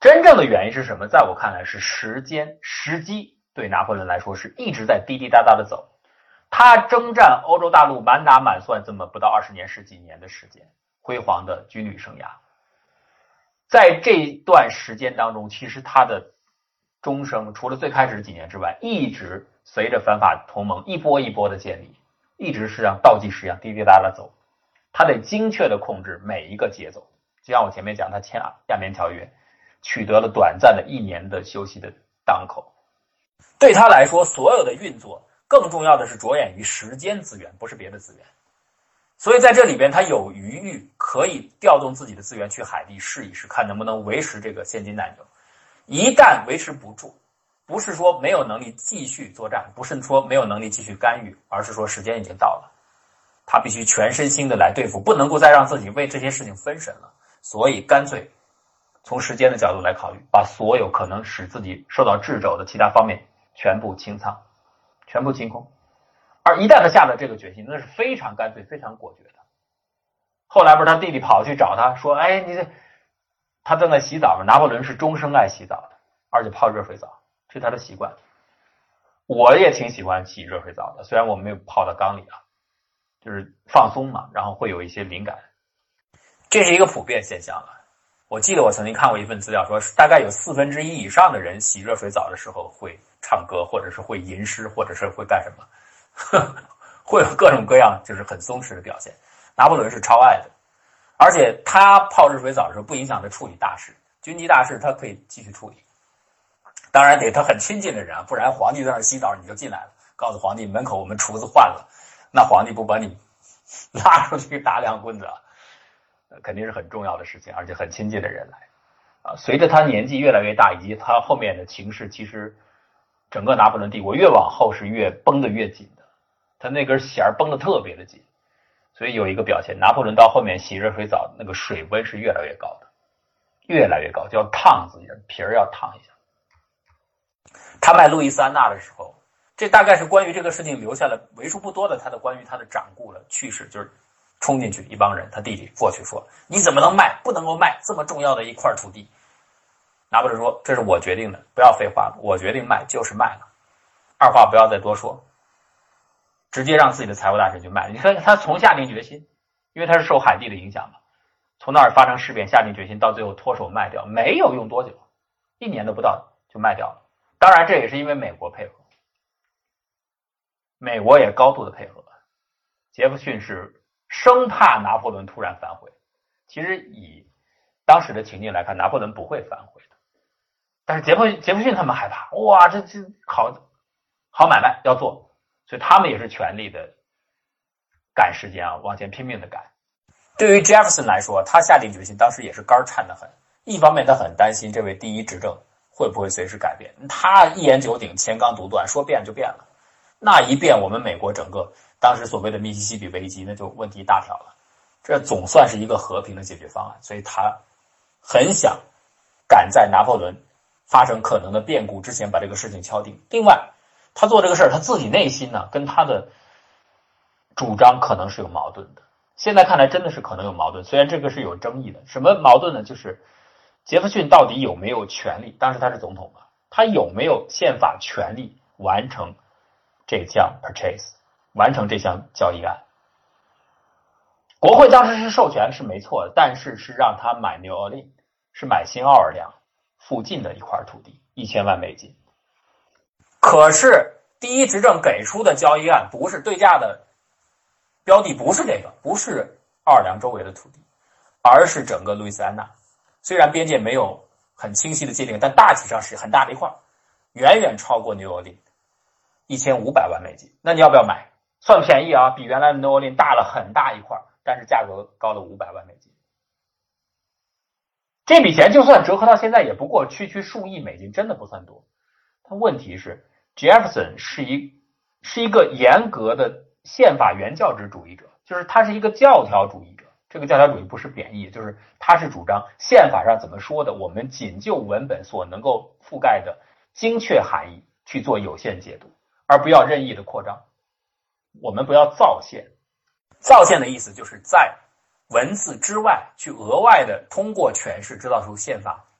真正的原因是什么？在我看来是时间时机对拿破仑来说是一直在滴滴答答的走。他征战欧洲大陆满打满算这么不到二十年十几年的时间，辉煌的军旅生涯，在这段时间当中，其实他的终生除了最开始几年之外，一直随着反法同盟一波一波的建立，一直是像倒计时一样滴滴答答走。他得精确的控制每一个节奏，就像我前面讲，他签亚棉条约取得了短暂的一年的休息的档口。对他来说，所有的运作更重要的是着眼于时间资源，不是别的资源。所以在这里边，他有余裕可以调动自己的资源去海地试一试，看能不能维持这个现金奶牛。一旦维持不住，不是说没有能力继续作战，不是说没有能力继续干预，而是说时间已经到了。他必须全身心的来对付，不能够再让自己为这些事情分神了，所以干脆从时间的角度来考虑，把所有可能使自己受到掣肘的其他方面全部清仓，全部清空。而一旦他下了这个决心，那是非常干脆非常果决的。后来不是他弟弟跑去找他说，哎，你这他正在洗澡嘛，拿破仑是终生爱洗澡的，而且泡热水澡是他的习惯。我也挺喜欢洗热水澡的，虽然我没有泡到缸里啊，就是放松嘛，然后会有一些灵感，这是一个普遍现象了。我记得我曾经看过一份资料说，大概有四分之一以上的人洗热水澡的时候会唱歌，或者是会吟诗，或者是会干什么，会有各种各样就是很松弛的表现。拿破仑是超爱的，而且他泡热水澡的时候不影响他处理大事，军机大事他可以继续处理。当然得他很亲近的人啊，不然皇帝在那洗澡你就进来了，告诉皇帝门口我们厨子换了，那皇帝不把你拉出去打两棍子啊，肯定是很重要的事情，而且很亲近的人来啊。随着他年纪越来越大，以及他后面的情势，其实整个拿破仑帝国越往后是越绷得越紧的，他那根弦绷得特别的紧，所以有一个表现，拿破仑到后面洗热水澡那个水温是越来越高的，越来越高，就要烫自己，皮儿要烫一下。他卖路易斯安娜的时候，这大概是关于这个事情留下了为数不多的他的关于他的掌故了趣事，就是冲进去一帮人，他弟弟过去说，你怎么能卖，不能够卖这么重要的一块土地。拿破仑说，这是我决定的，不要废话了，我决定卖就是卖了，二话不要再多说，直接让自己的财务大臣去卖。你看他从下定决心，因为他是受海地的影响嘛，从那儿发生事变，下定决心到最后脱手卖掉，没有用多久，一年都不到就卖掉了。当然这也是因为美国配合，美国也高度的配合，杰弗逊是生怕拿破仑突然反悔。其实以当时的情境来看，拿破仑不会反悔的，但是杰弗杰弗逊他们害怕，哇，这这好好买卖要做，所以他们也是全力的赶时间啊，往前拼命的赶。对于 Jefferson 来说，他下定决心，当时也是肝颤得很。一方面他很担心这位第一执政会不会随时改变，他一言九鼎，钱刚独断，说变就变了。那一变，我们美国整个当时所谓的密西西比危机，那就问题大条了。这总算是一个和平的解决方案，所以他很想赶在拿破仑发生可能的变故之前把这个事情敲定。另外，他做这个事儿，他自己内心呢跟他的主张可能是有矛盾的。现在看来真的是可能有矛盾，虽然这个是有争议的。什么矛盾呢？就是杰弗逊到底有没有权利，当时他是总统嘛，他有没有宪法权利完成这项 purchase， 完成这项交易案。国会当时是授权是没错的，但是是让他买 New Orleans， 是买新奥尔良附近的一块土地，一千万美金。可是第一执政给出的交易案不是对价的标的，不是这个，不是奥尔良周围的土地，而是整个路易斯安那。虽然边界没有很清晰的界定，但大体上是很大的一块，远远超过 New Orleans， 一千五百万美金。那你要不要买？算便宜啊，比原来的 New Orleans 大了很大一块，但是价格高了五百万美金。这笔钱就算折合到现在也不过区区数亿美金，真的不算多。但问题是 Jefferson 是一是一个严格的宪法原教旨主义者，就是他是一个教条主义者。这个教条主义不是贬义，就是他是主张宪法上怎么说的，我们仅就文本所能够覆盖的精确含义去做有限解读，而不要任意的扩张。我们不要造宪，造宪的意思就是在文字之外去额外的通过诠释制造出宪法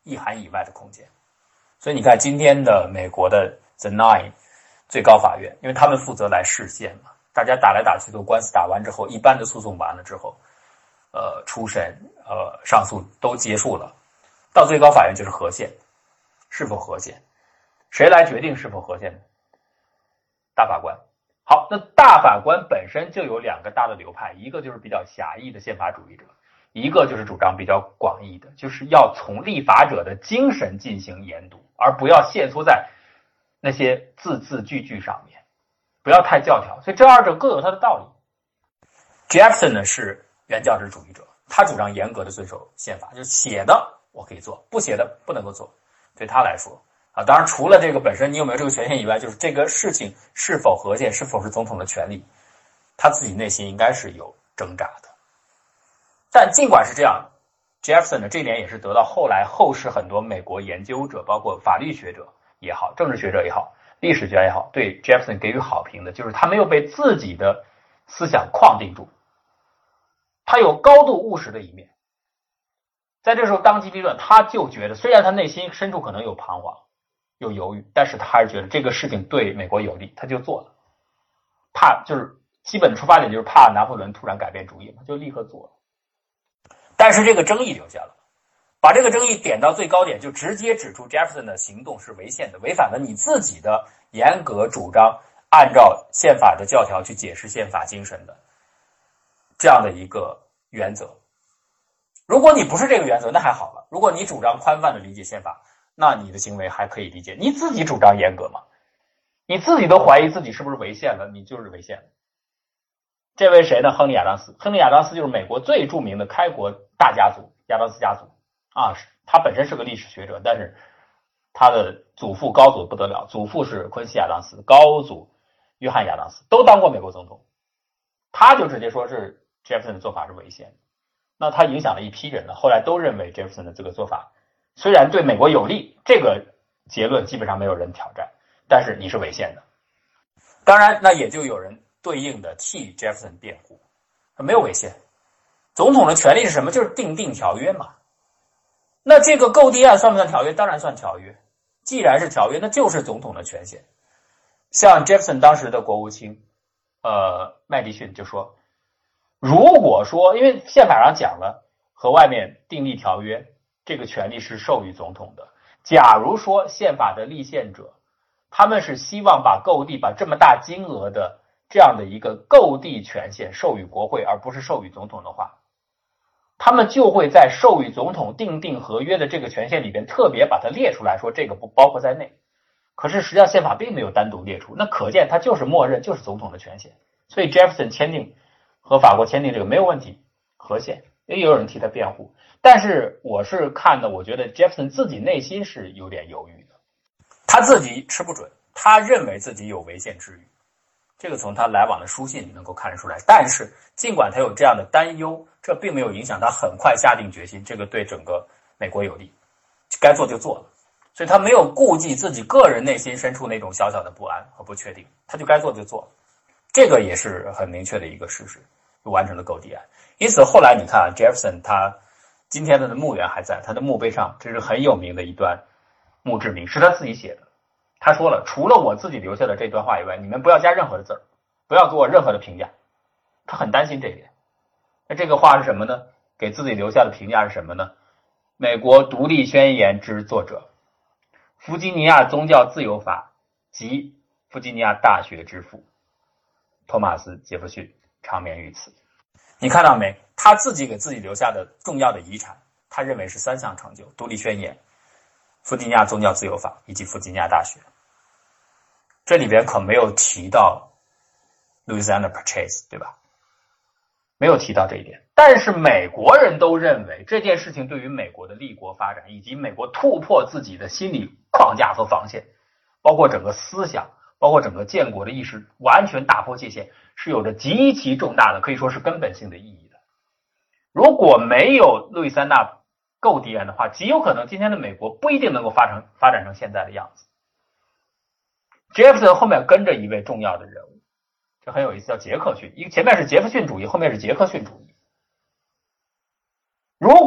意涵以外的空间。所以你看今天的美国的 The Nine 最高法院，因为他们负责来释宪嘛，大家打来打去，都官司打完之后，一般的诉讼完了之后，呃，初审、呃，上诉都结束了，到最高法院就是核宪，是否核宪？谁来决定是否核宪呢？大法官。好，那大法官本身就有两个大的流派，一个就是比较狭义的宪法主义者，一个就是主张比较广义的，就是要从立法者的精神进行研读，而不要限缩在那些字字句句上面，不要太教条。所以这二者各有它的道理。Jefferson 呢是原教旨主义者，他主张严格的遵守宪法，就是写的我可以做，不写的不能够做。对他来说啊，当然除了这个本身你有没有这个权限以外，就是这个事情是否合宪，是否是总统的权利，他自己内心应该是有挣扎的。但尽管是这样 ，Jefferson 呢这点也是得到后来后世很多美国研究者，包括法律学者也好，政治学者也好，历史家也好，对 Jefferson 给予好评的，就是他没有被自己的思想框定住，他有高度务实的一面。在这时候当机立断，他就觉得虽然他内心深处可能有彷徨有犹豫，但是他还是觉得这个事情对美国有利，他就做了。怕就是基本出发点就是怕拿破仑突然改变主意嘛，就立刻做了。但是这个争议留下了，把这个争议点到最高点，就直接指出 Jefferson 的行动是违宪的，违反了你自己的严格主张按照宪法的教条去解释宪法精神的这样的一个原则。如果你不是这个原则，那还好了。如果你主张宽泛的理解宪法，那你的行为还可以理解。你自己主张严格嘛，你自己都怀疑自己是不是违宪了，你就是违宪了。这位谁呢？亨利亚当斯。亨利亚当斯就是美国最著名的开国大家族，亚当斯家族啊，他本身是个历史学者，但是他的祖父高祖不得了，祖父是昆西亚当斯，高祖约翰亚当斯，都当过美国总统。他就直接说是 Jefferson 的做法是违宪的。那他影响了一批人呢，后来都认为 Jefferson 的这个做法虽然对美国有利，这个结论基本上没有人挑战，但是你是违宪的。当然那也就有人对应的替 Jefferson 辩护，没有违宪。总统的权利是什么？就是订定条约嘛。那这个购地案算不算条约？当然算条约。既然是条约，那就是总统的权限。像 Jefferson 当时的国务卿呃，麦迪逊就说，如果说因为宪法上讲了和外面订立条约这个权利是授予总统的，假如说宪法的立宪者他们是希望把购地把这么大金额的这样的一个购地权限授予国会而不是授予总统的话，他们就会在授予总统订定合约的这个权限里边特别把它列出来，说这个不包括在内。可是实际上宪法并没有单独列出，那可见它就是默认就是总统的权限。所以 Jefferson 签订和法国签订这个没有问题，合宪，也有人替他辩护。但是我是看的，我觉得 Jefferson 自己内心是有点犹豫的，他自己吃不准，他认为自己有违宪之虞，这个从他来往的书信能够看得出来。但是尽管他有这样的担忧，这并没有影响他很快下定决心，这个对整个美国有利，该做就做了。所以他没有顾忌自己个人内心深处那种小小的不安和不确定，他就该做就做了。这个也是很明确的一个事实，就完成了购地案。因此后来你看啊 Jefferson 他今天的墓园还在，他的墓碑上这是很有名的一段墓志铭，是他自己写的。他说了，除了我自己留下的这段话以外，你们不要加任何的字儿，不要给我任何的评价。他很担心这一点。那这个话是什么呢？给自己留下的评价是什么呢？美国独立宣言之作者，弗吉尼亚宗教自由法及弗吉尼亚大学之父托马斯·杰弗逊长眠于此。你看到没？他自己给自己留下的重要的遗产，他认为是三项成就：独立宣言、弗吉尼亚宗教自由法以及弗吉尼亚大学。这里边可没有提到 Louisiana Purchase， 对吧？没有提到这一点。但是美国人都认为这件事情对于美国的立国发展以及美国突破自己的心理框架和防线，包括整个思想，包括整个建国的意识完全打破界限，是有着极其重大的，可以说是根本性的意义的。如果没有路易斯安那购地案的话，极有可能今天的美国不一定能够发成发展成现在的样子。Jefferson 后面跟着一位重要的人物，这很有意思，叫杰克逊。一个前面是杰弗逊主义，后面是杰克逊主义。如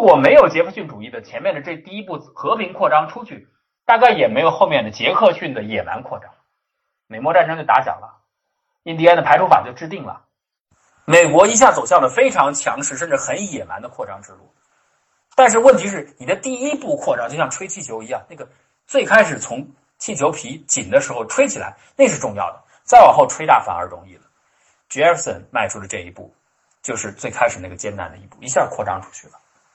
果没有杰弗逊主义的前面的这第一步和平扩张出去，大概也没有后面的杰克逊的野蛮扩张，美墨战争就打响了，印第安的排除法就制定了，美国一下走向了非常强势甚至很野蛮的扩张之路。但是问题是，你的第一步扩张就像吹气球一样，那个最开始从气球皮紧的时候吹起来，那是重要的，再往后吹大反而容易了。Jefferson 迈出的这一步，就是最开始那个艰难的一步，一下扩张出去了。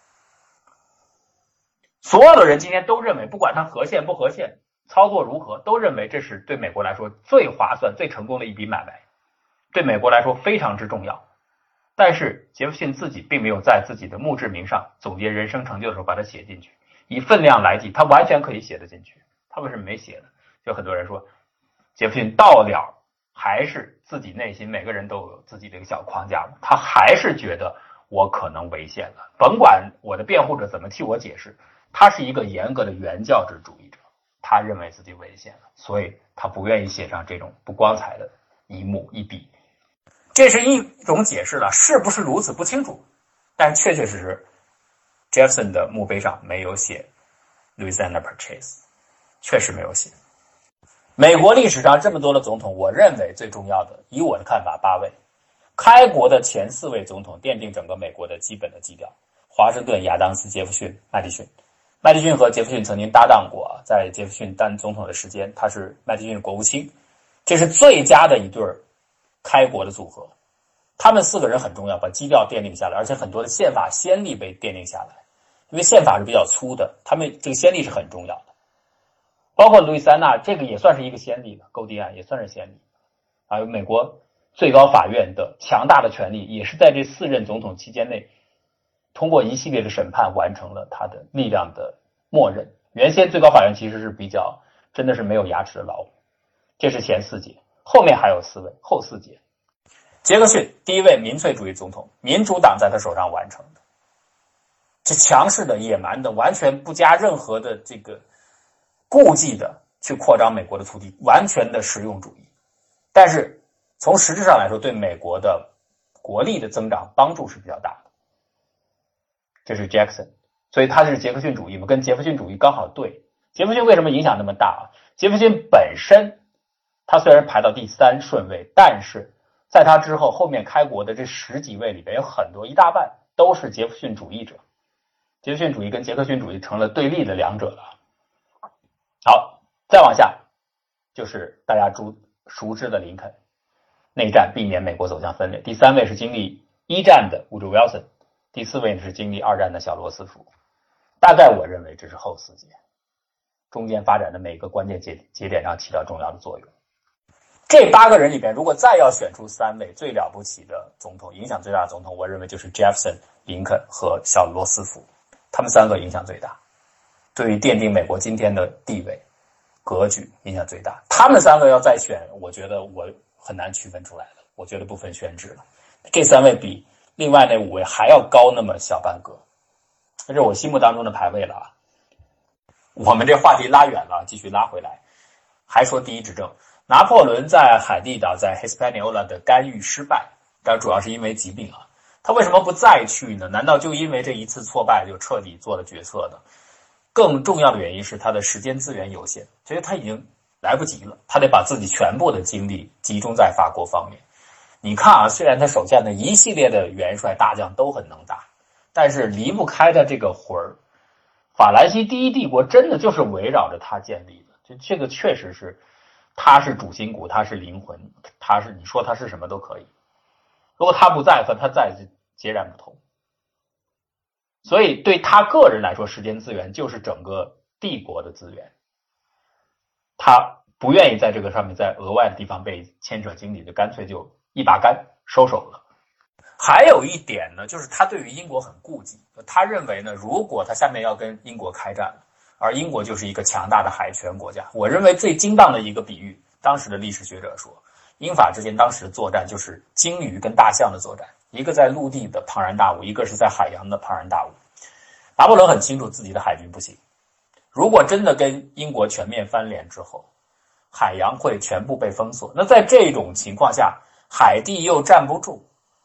所有的人今天都认为，不管它合宪不合宪，操作如何，都认为这是对美国来说最划算、最成功的一笔买卖，对美国来说非常之重要。但是杰弗逊自己并没有在自己的墓志铭上总结人生成就的时候把它写进去，以分量来计，他完全可以写得进去，他为什么没写呢？就很多人说，杰弗逊到了还是自己内心每个人都有自己的一个小框架，他还是觉得我可能违宪了，甭管我的辩护者怎么替我解释，他是一个严格的原教旨主义者，他认为自己违宪了，所以他不愿意写上这种不光彩的一幕一笔。这是一种解释了，是不是如此不清楚，但确确实实 Jefferson 的墓碑上没有写 Louisiana Purchase， 确实没有写。美国历史上这么多的总统，我认为最重要的，以我的看法，八位开国的前四位总统奠定整个美国的基本的基调，华盛顿、亚当斯、杰弗逊、麦迪逊。麦迪逊和杰弗逊曾经搭档过，在杰弗逊当总统的时间，他是麦迪逊的国务卿，这是最佳的一对开国的组合。他们四个人很重要，把基调奠定下来，而且很多的宪法先例被奠定下来，因为宪法是比较粗的，他们这个先例是很重要的。包括路易斯安那，这个也算是一个先例了，购地案也算是先例。还有美国最高法院的强大的权力，也是在这四任总统期间内，通过一系列的审判完成了他的力量的默认。原先最高法院其实是比较真的是没有牙齿的老虎，这是前四届，后面还有四位，后四届。杰克逊第一位民粹主义总统，民主党在他手上完成的，这强势的、野蛮的，完全不加任何的这个顾忌的去扩张美国的土地，完全的实用主义。但是从实质上来说，对美国的国力的增长帮助是比较大的。这是 Jackson， 所以他是杰克逊主义嘛，跟杰弗逊主义刚好对。杰弗逊为什么影响那么大啊？杰弗逊本身他虽然排到第三顺位，但是在他之后，后面开国的这十几位里边有很多，一大半都是杰弗逊主义者。杰弗逊主义跟杰克逊主义成了对立的两者了。好，再往下就是大家熟熟知的林肯，内战避免美国走向分裂。第三位是经历一战的伍德·威尔森，第四位是经历二战的小罗斯福。大概我认为这是后四届，中间发展的每个关键节节点上起到重要的作用。这八个人里边，如果再要选出三位最了不起的总统，影响最大的总统，我认为就是 Jefferson、林肯和小罗斯福，他们三个影响最大，对于奠定美国今天的地位格局影响最大。他们三个要再选，我觉得我很难区分出来了，我觉得不分轩轾了。这三位比另外那五位还要高那么小半个，这是我心目当中的排位了啊。我们这话题拉远了，继续拉回来，还说第一执政。拿破仑在海地岛在 Hispaniola 的干预失败，但主要是因为疾病啊。他为什么不再去呢？难道就因为这一次挫败就彻底做了决策呢？更重要的原因是他的时间资源有限，所以他已经来不及了，他得把自己全部的精力集中在法国方面。你看啊，虽然他手下的一系列的元帅大将都很能打，但是离不开的这个魂儿。法兰西第一帝国真的就是围绕着他建立的，就这个确实是他是主心骨，他是灵魂，他是你说他是什么都可以。如果他不在和他在就截然不同。所以对他个人来说，时间资源就是整个帝国的资源，他不愿意在这个上面在额外的地方被牵扯精力，就干脆就一把干收手了。还有一点呢，就是他对于英国很顾忌，他认为呢，如果他下面要跟英国开战，而英国就是一个强大的海权国家，我认为最精当的一个比喻，当时的历史学者说，英法之间当时的作战就是鲸鱼跟大象的作战，一个在陆地的庞然大物，一个是在海洋的庞然大物。拿破仑很清楚自己的海军不行，如果真的跟英国全面翻脸之后，海洋会全部被封锁，那在这种情况下，海地又站不住，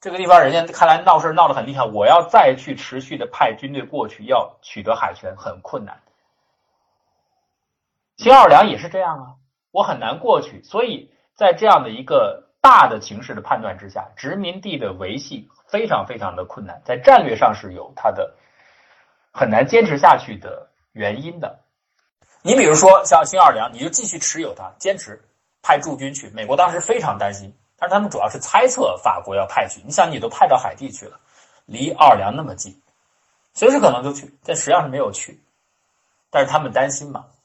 这个地方人家看来闹事闹得很厉害，我要再去持续的派军队过去，要取得海权很困难。新奥尔良也是这样啊，我很难过去，所以在这样的一个大的情势的判断之下，殖民地的维系非常非常的困难，在战略上是有它的很难坚持下去的原因的。你比如说像新奥尔良，你就继续持有它，坚持派驻军去，美国当时非常担心，但是他们主要是猜测法国要派去。你想，你都派到海地去了，离奥尔良那么近，随时可能就去，但实际上是没有去。但是他们担心嘛。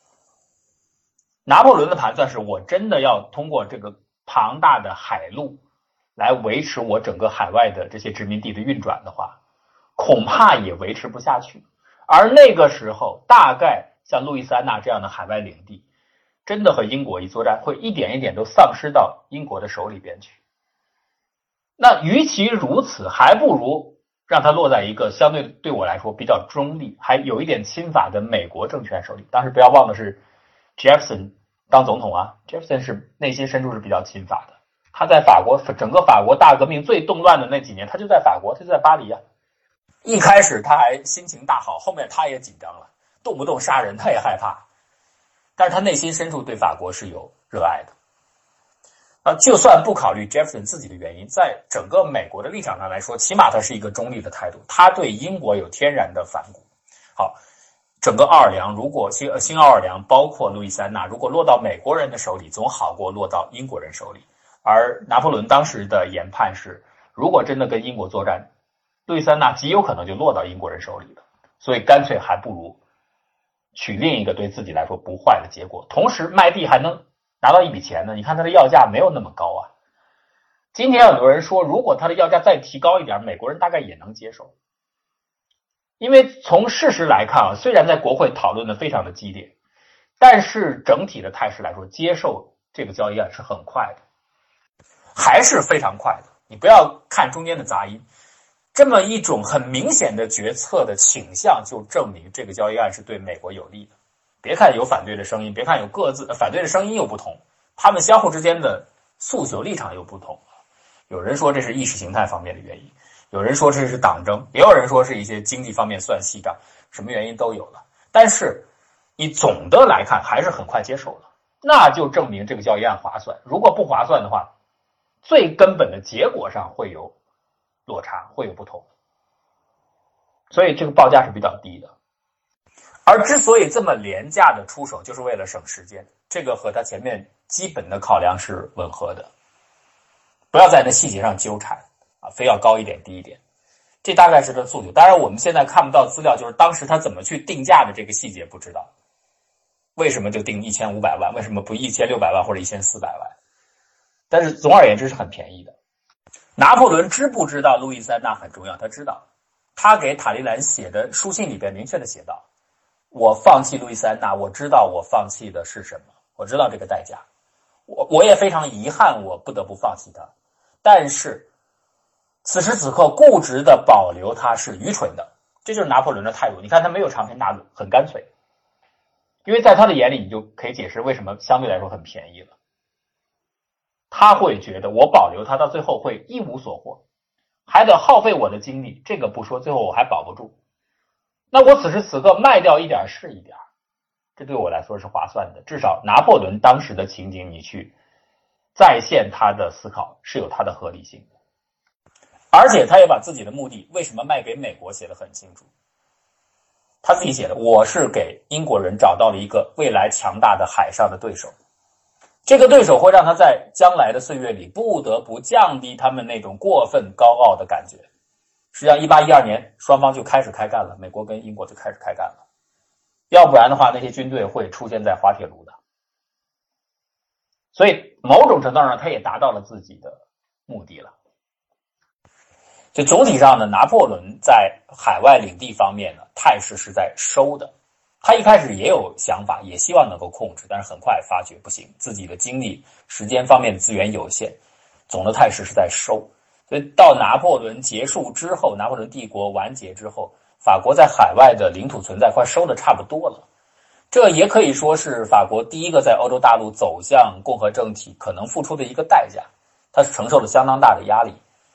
拿破仑的盘算是，我真的要通过这个庞大的海路来维持我整个海外的这些殖民地的运转的话，恐怕也维持不下去。而那个时候，大概像路易斯安那这样的海外领地，真的和英国一作战，会一点一点都丧失到英国的手里边去。那与其如此，还不如让它落在一个相对对我来说比较中立，还有一点亲法的美国政权手里。当时不要忘了是 Jefferson 当总统啊 ，Jefferson 是内心深处是比较亲法的。他在法国，整个法国大革命最动乱的那几年，他就在法国，他就在巴黎啊。一开始他还心情大好，后面他也紧张了，动不动杀人他也害怕。但是他内心深处对法国是有热爱的。啊，就算不考虑 Jefferson 自己的原因，在整个美国的立场上来说，起码他是一个中立的态度，他对英国有天然的反骨。好，整个奥尔良，如果新新奥尔良包括路易斯安那，如果落到美国人的手里，总好过落到英国人手里。而拿破仑当时的研判是，如果真的跟英国作战，路易斯安那极有可能就落到英国人手里了，所以干脆还不如取另一个对自己来说不坏的结果，同时卖地还能拿到一笔钱呢。你看它的要价没有那么高啊。今天很多人说，如果它的要价再提高一点，美国人大概也能接受。因为从事实来看啊，虽然在国会讨论的非常的激烈，但是整体的态势来说，接受这个交易案是很快的，还是非常快的。你不要看中间的杂音，这么一种很明显的决策的倾向，就证明这个交易案是对美国有利的。别看有反对的声音，别看有各自反对的声音又不同，他们相互之间的诉求立场又不同。有人说这是意识形态方面的原因，有人说这是党争，也有人说是一些经济方面算细账，什么原因都有了。但是你总的来看还是很快接受了，那就证明这个交易案划算。如果不划算的话，最根本的结果上会有落差，会有不同，所以这个报价是比较低的。而之所以这么廉价的出手，就是为了省时间，这个和他前面基本的考量是吻合的。不要在那细节上纠缠啊，非要高一点低一点，这大概是他诉求。当然我们现在看不到资料，就是当时他怎么去定价的这个细节不知道，为什么就定一千五百万，为什么不一千六百万或者一千四百万？但是总而言之是很便宜的。拿破仑知不知道路易斯安那很重要？他知道，他给塔利兰写的书信里边明确的写道，我放弃路易斯安那，我知道我放弃的是什么，我知道这个代价，我我也非常遗憾我不得不放弃它，但是此时此刻固执的保留它是愚蠢的。这就是拿破仑的态度。你看他没有长篇大论，很干脆，因为在他的眼里，你就可以解释为什么相对来说很便宜了。他会觉得我保留它到最后会一无所获，还得耗费我的精力，这个不说，最后我还保不住。那我此时此刻卖掉一点是一点，这对我来说是划算的。至少拿破仑当时的情景，你去再现他的思考是有他的合理性的。而且他也把自己的目的为什么卖给美国写得很清楚。他自己写的，我是给英国人找到了一个未来强大的海上的对手，这个对手会让他在将来的岁月里不得不降低他们那种过分高傲的感觉。实际上一八一二年双方就开始开干了，美国跟英国就开始开干了，要不然的话那些军队会出现在滑铁卢的。所以某种程度上他也达到了自己的目的了。就总体上呢，拿破仑在海外领地方面呢，态势是在收的。他一开始也有想法，也希望能够控制，但是很快发觉不行，自己的精力、时间方面的资源有限，总的态势是在收。所以到拿破仑结束之后，拿破仑帝国完结之后，法国在海外的领土存在快收的差不多了。这也可以说是法国第一个在欧洲大陆走向共和政体可能付出的一个代价，它是承受了相当大的压力。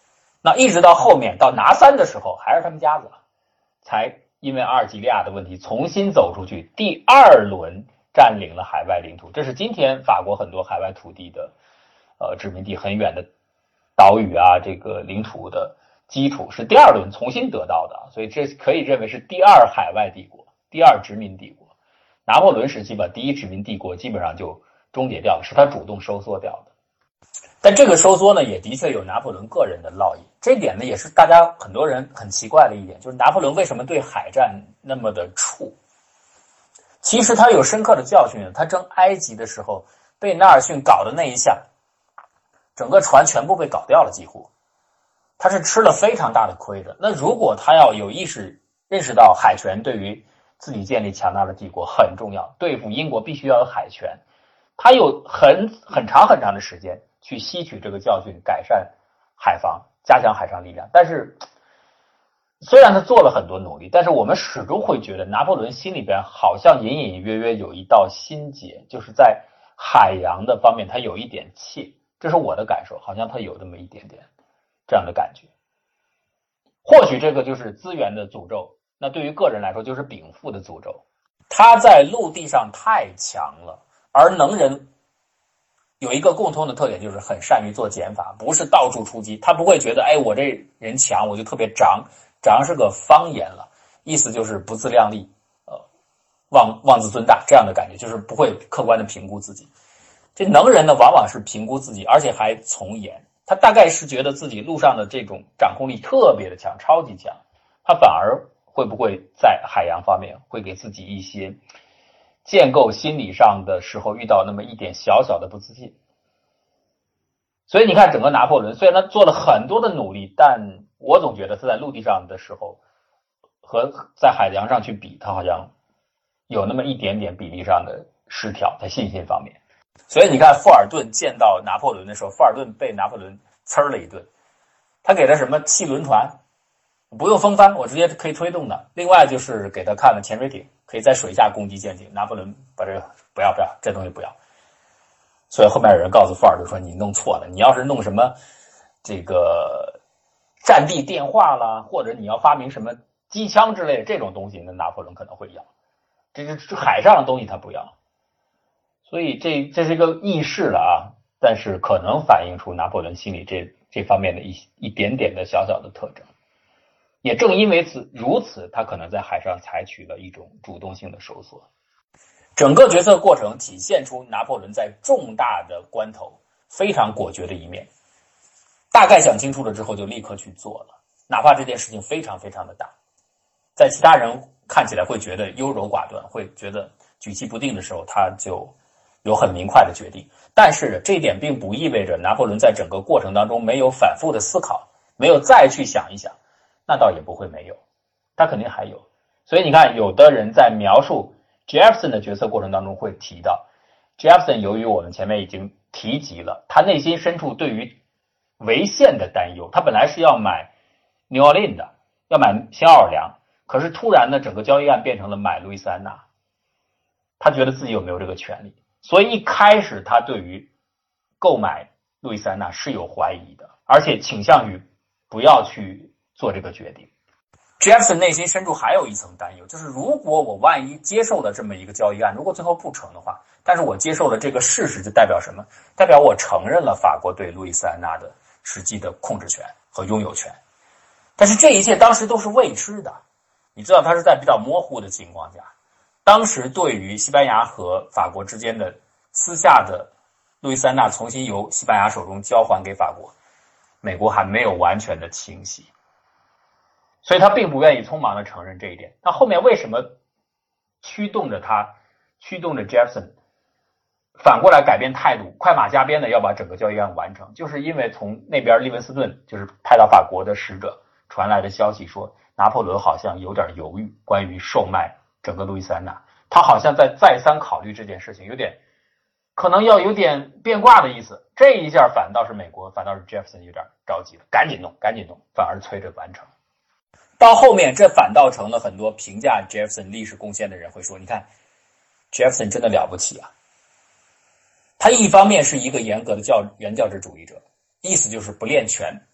那一直到后面到拿三的时候，还是他们家子，才因为阿尔及利亚的问题重新走出去，第二轮占领了海外领土。这是今天法国很多海外土地的呃殖民地很远的岛屿啊，这个领土的基础是第二轮重新得到的，所以这可以认为是第二海外帝国，第二殖民帝国。拿破仑时期把第一殖民帝国基本上就终结掉了，是他主动收缩掉的。但这个收缩呢，也的确有拿破仑个人的烙印。这一点呢，也是大家很多人很奇怪的一点，就是拿破仑为什么对海战那么的怵？其实他有深刻的教训。他征埃及的时候，被纳尔逊搞的那一下，整个船全部被搞掉了，几乎他是吃了非常大的亏的。那如果他要有意识认识到海权对于自己建立强大的帝国很重要，对付英国必须要有海权，他有很很长很长的时间去吸取这个教训，改善海防，加强海上力量。但是虽然他做了很多努力，但是我们始终会觉得拿破仑心里边好像隐隐约约有一道心结，就是在海洋的方面他有一点怯，这是我的感受，好像他有这么一点点这样的感觉。或许这个就是资源的诅咒，那对于个人来说就是禀赋的诅咒。他在陆地上太强了，而能人有一个共通的特点，就是很善于做减法，不是到处出击。他不会觉得哎，我这人强我就特别长，长是个方言了，意思就是不自量力，呃，妄妄自尊大这样的感觉，就是不会客观的评估自己。这能人呢，往往是评估自己，而且还从严。他大概是觉得自己路上的这种掌控力特别的强，超级强，他反而会不会在海洋方面会给自己一些建构心理上的时候遇到那么一点小小的不自信。所以你看整个拿破仑虽然他做了很多的努力，但我总觉得他在陆地上的时候和在海洋上去比，他好像有那么一点点比例上的失调，在信心方面。所以你看富尔顿见到拿破仑的时候，富尔顿被拿破仑呲了一顿，他给他什么汽轮船，不用风帆，我直接可以推动的。另外就是给他看了潜水艇，可以在水下攻击舰艇。拿破仑把这个不要不要，这东西不要。所以后面有人告诉富尔顿说，你弄错了，你要是弄什么这个战地电话啦，或者你要发明什么机枪之类的这种东西，那拿破仑可能会要。这是海上的东西他不要。所以这这是一个轶事了啊，但是可能反映出拿破仑心里这这方面的一一点点的小小的特征。也正因为此如此，他可能在海上采取了一种主动性的收缩。整个决策过程体现出拿破仑在重大的关头非常果决的一面，大概想清楚了之后就立刻去做了，哪怕这件事情非常非常的大，在其他人看起来会觉得优柔寡断，会觉得举棋不定的时候，他就有很明快的决定。但是这一点并不意味着拿破仑在整个过程当中没有反复的思考，没有再去想一想，那倒也不会没有，他肯定还有。所以你看，有的人在描述 Jefferson 的决策过程当中会提到 Jefferson 由于我们前面已经提及了，他内心深处对于违宪的担忧，他本来是要买 New Orleans 的，要买新奥尔良，可是突然呢，整个交易案变成了买路易斯安那，他觉得自己有没有这个权利，所以一开始他对于购买路易斯安那是有怀疑的，而且倾向于不要去做这个决定。Jefferson 内心深处还有一层担忧，就是如果我万一接受了这么一个交易案，如果最后不成的话，但是我接受了这个事实，就代表什么？代表我承认了法国对路易斯安那的实际的控制权和拥有权。但是这一切当时都是未知的，你知道它是在比较模糊的情况下，当时对于西班牙和法国之间的私下的路易斯安那重新由西班牙手中交还给法国，美国还没有完全的清晰，所以他并不愿意匆忙的承认这一点。那后面为什么驱动着他，驱动着 Jefferson 反过来改变态度，快马加鞭的要把整个交易案完成，就是因为从那边利文斯顿就是派到法国的使者传来的消息说，拿破仑好像有点犹豫关于售卖整个路易斯安那，他好像在再三考虑这件事情，有点可能要有点变卦的意思。这一下反倒是美国，反倒是 Jefferson 有点着急了，赶紧弄赶紧弄，反而催着完成。到后面这反倒成了很多评价 Jefferson 历史贡献的人会说，你看 Jefferson 真的了不起啊，他一方面是一个严格的教原教旨主义者，意思就是不练权，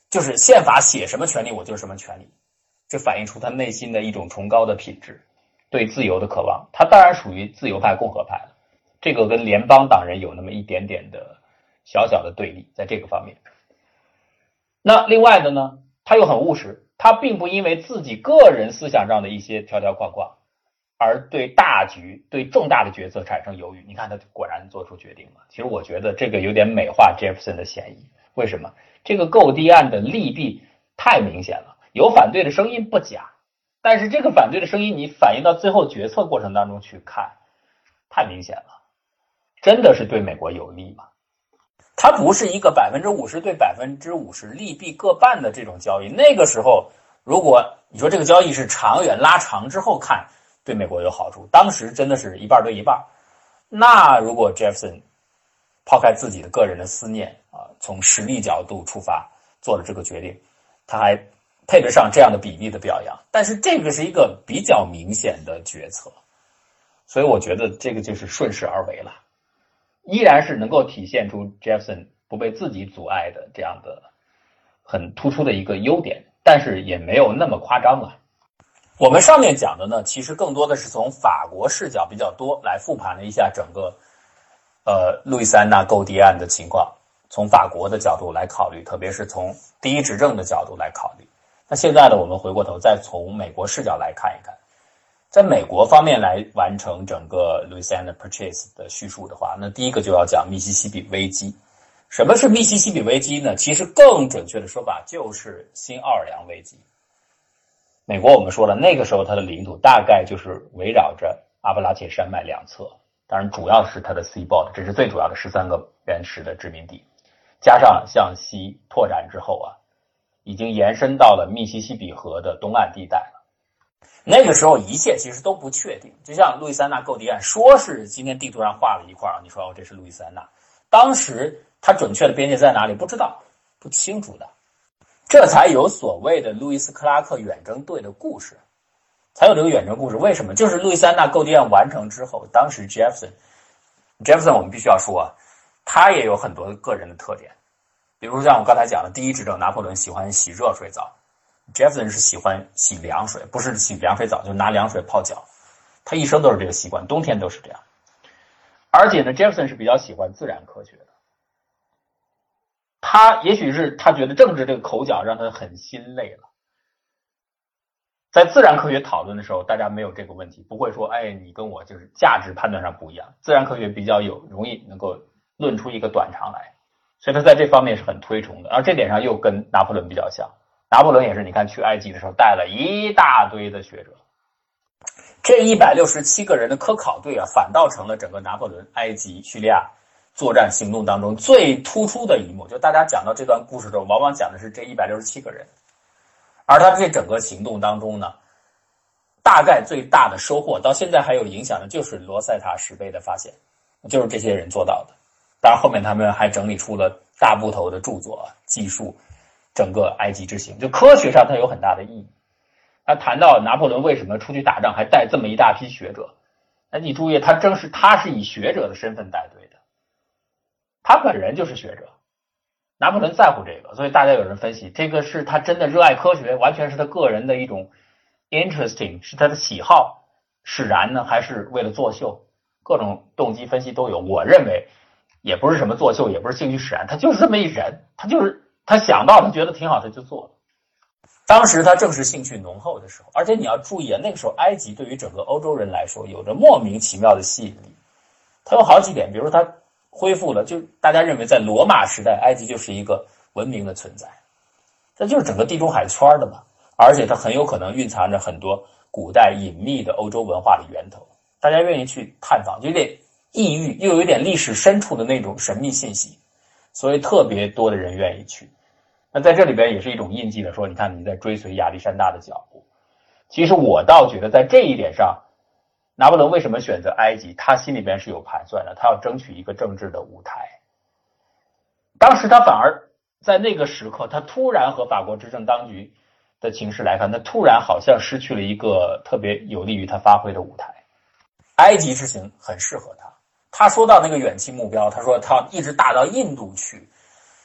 就是宪法写什么权利我就是什么权利，这反映出他内心的一种崇高的品质，对自由的渴望。他当然属于自由派共和派了，这个跟联邦党人有那么一点点的小小的对立，在这个方面。那另外的呢，他又很务实，他并不因为自己个人思想上的一些条条框框而对大局对重大的决策产生犹豫。你看他果然做出决定了。其实我觉得这个有点美化 Jefferson 的嫌疑。为什么？这个购地案的利弊太明显了，有反对的声音不假，但是这个反对的声音你反映到最后决策过程当中去看，太明显了，真的是对美国有利吗？它不是一个百分之五十对百分之五十利弊各半的这种交易。那个时候，如果你说这个交易是长远拉长之后看，对美国有好处，当时真的是一半对一半。那如果 Jefferson 抛开自己的个人的思念啊，从实力角度出发做了这个决定，他还配得上这样的比例的表扬。但是这个是一个比较明显的决策，所以我觉得这个就是顺势而为了。依然是能够体现出 Jefferson 不被自己阻碍的这样的很突出的一个优点，但是也没有那么夸张了。我们上面讲的呢，其实更多的是从法国视角比较多来复盘了一下整个呃路易斯安那购地案的情况，从法国的角度来考虑，特别是从第一执政的角度来考虑。那现在呢，我们回过头再从美国视角来看一看。在美国方面来完成整个 Louisiana Purchase 的叙述的话，那第一个就要讲密西西比危机。什么是密西西比危机呢？其实更准确的说法就是新奥尔良危机。美国我们说了，那个时候它的领土大概就是围绕着阿布拉契山脉两侧，当然主要是它的 seaboard， 这是最主要的十三个原始的殖民地，加上向西拓展之后啊，已经延伸到了密西西比河的东岸地带了。那个时候一切其实都不确定，就像路易斯安那购地案说是今天地图上画了一块啊，你说哦这是路易斯安那，当时它准确的边界在哪里不知道，不清楚的，这才有所谓的路易斯克拉克远征队的故事，才有这个远征故事。为什么？就是路易斯安那购地案完成之后，当时 Jefferson Jefferson 我们必须要说啊，他也有很多个人的特点，比如像我刚才讲的第一执政拿破仑喜欢洗热水澡，Jefferson 是喜欢洗凉水，不是洗凉水澡，就是拿凉水泡脚。他一生都是这个习惯，冬天都是这样。而且呢 ，Jefferson 是比较喜欢自然科学的。他也许是他觉得政治这个口角让他很心累了。在自然科学讨论的时候，大家没有这个问题，不会说，哎，你跟我就是价值判断上不一样。自然科学比较有容易能够论出一个短长来，所以他在这方面是很推崇的。而这点上又跟拿破仑比较像。拿破仑也是，你看去埃及的时候带了一大堆的学者，这一百六十七个人的科考队啊，反倒成了整个拿破仑埃及、叙利亚作战行动当中最突出的一幕。就大家讲到这段故事的时候，往往讲的是这一百六十七个人，而他这整个行动当中呢，大概最大的收获到现在还有影响的就是罗塞塔石碑的发现，就是这些人做到的。当然后面他们还整理出了大部头的著作，记述整个埃及之行，就科学上它有很大的意义。他谈到拿破仑为什么出去打仗还带这么一大批学者，那你注意，他正是他是以学者的身份带队的，他本人就是学者。拿破仑在乎这个，所以大家有人分析，这个是他真的热爱科学，完全是他个人的一种 interesting， 是他的喜好使然呢，还是为了作秀？各种动机分析都有。我认为也不是什么作秀，也不是兴趣使然，他就是这么一人，他就是他想到他觉得挺好他就做了。当时他正是兴趣浓厚的时候，而且你要注意啊，那个时候埃及对于整个欧洲人来说有着莫名其妙的吸引力。他有好几点，比如说他恢复了，就大家认为在罗马时代埃及就是一个文明的存在，这就是整个地中海圈的嘛，而且它很有可能蕴藏着很多古代隐秘的欧洲文化的源头，大家愿意去探访，就有点异域又有一点历史深处的那种神秘信息，所以特别多的人愿意去。那在这里边也是一种印记的说，你看你在追随亚历山大的脚步。其实我倒觉得在这一点上，拿破仑为什么选择埃及，他心里边是有盘算的，他要争取一个政治的舞台。当时他反而在那个时刻，他突然和法国执政当局的情势来看，他突然好像失去了一个特别有利于他发挥的舞台。埃及之行很适合他，他说到那个远期目标，他说他一直打到印度去，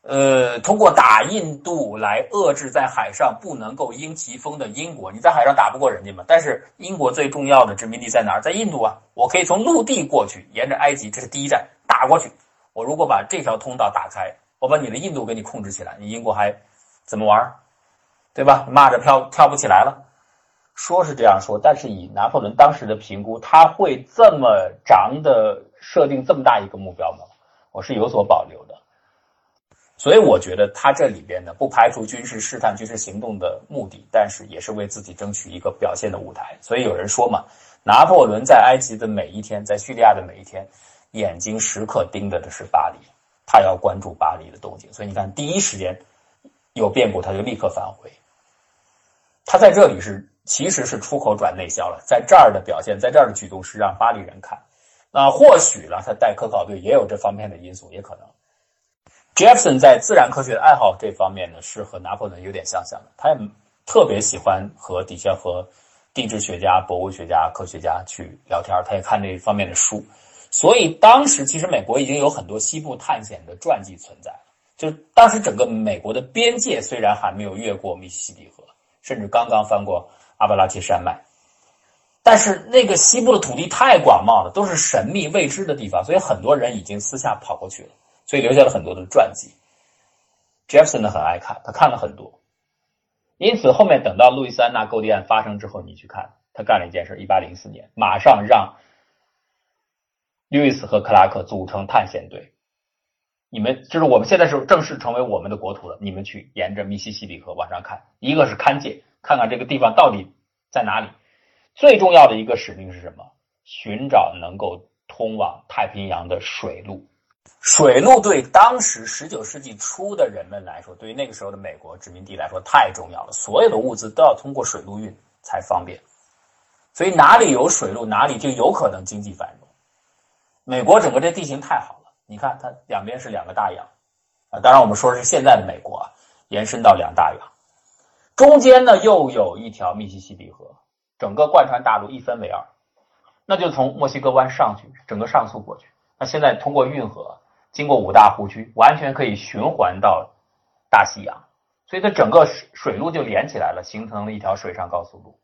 呃，通过打印度来遏制在海上不能够鹰齐风的英国。你在海上打不过人家嘛，但是英国最重要的殖民地在哪儿？在印度啊，我可以从陆地过去，沿着埃及，这是第一站，打过去。我如果把这条通道打开，我把你的印度给你控制起来，你英国还怎么玩？对吧？骂着跳跳不起来了。说是这样说，但是以拿破仑当时的评估，他会这么长的设定这么大一个目标吗？我是有所保留的。所以我觉得他这里边呢，不排除军事试探、军事行动的目的，但是也是为自己争取一个表现的舞台。所以有人说嘛，拿破仑在埃及的每一天，在叙利亚的每一天，眼睛时刻盯着的是巴黎，他要关注巴黎的动静。所以你看，第一时间有变故，他就立刻返回。他在这里是其实是出口转内销了，在这儿的表现，在这儿的举动是让巴黎人看。那或许了，他带科考队也有这方面的因素，也可能。Jefferson 在自然科学的爱好这方面呢，是和拿破仑有点相像的。他也特别喜欢和底下和地质学家、博物学家、科学家去聊天，他也看这方面的书。所以当时其实美国已经有很多西部探险的传记存在了。就是当时整个美国的边界虽然还没有越过密西西比河，甚至刚刚翻过阿巴拉契山脉，但是那个西部的土地太广袤了，都是神秘未知的地方，所以很多人已经私下跑过去了，所以留下了很多的传记。Jefferson 呢很爱看，他看了很多，因此后面等到路易斯安那购地案发生之后，你去看他干了一件事，一八零四年马上让路易斯和克拉克组成探险队，你们就是我们现在是正式成为我们的国土了，你们去沿着密西西比河往上看，一个是勘界，看看这个地方到底在哪里，最重要的一个使命是什么？寻找能够通往太平洋的水路。水路对当时十九世纪初的人们来说，对于那个时候的美国殖民地来说太重要了，所有的物资都要通过水路运才方便，所以哪里有水路，哪里就有可能经济繁荣。美国整个这地形太好了，你看它两边是两个大洋啊，当然我们说的是现在的美国啊，延伸到两大洋，中间呢又有一条密西西比河，整个贯穿大陆一分为二，那就从墨西哥湾上去，整个上溯过去。那现在通过运河，经过五大湖区，完全可以循环到大西洋，所以它整个水路就连起来了，形成了一条水上高速路。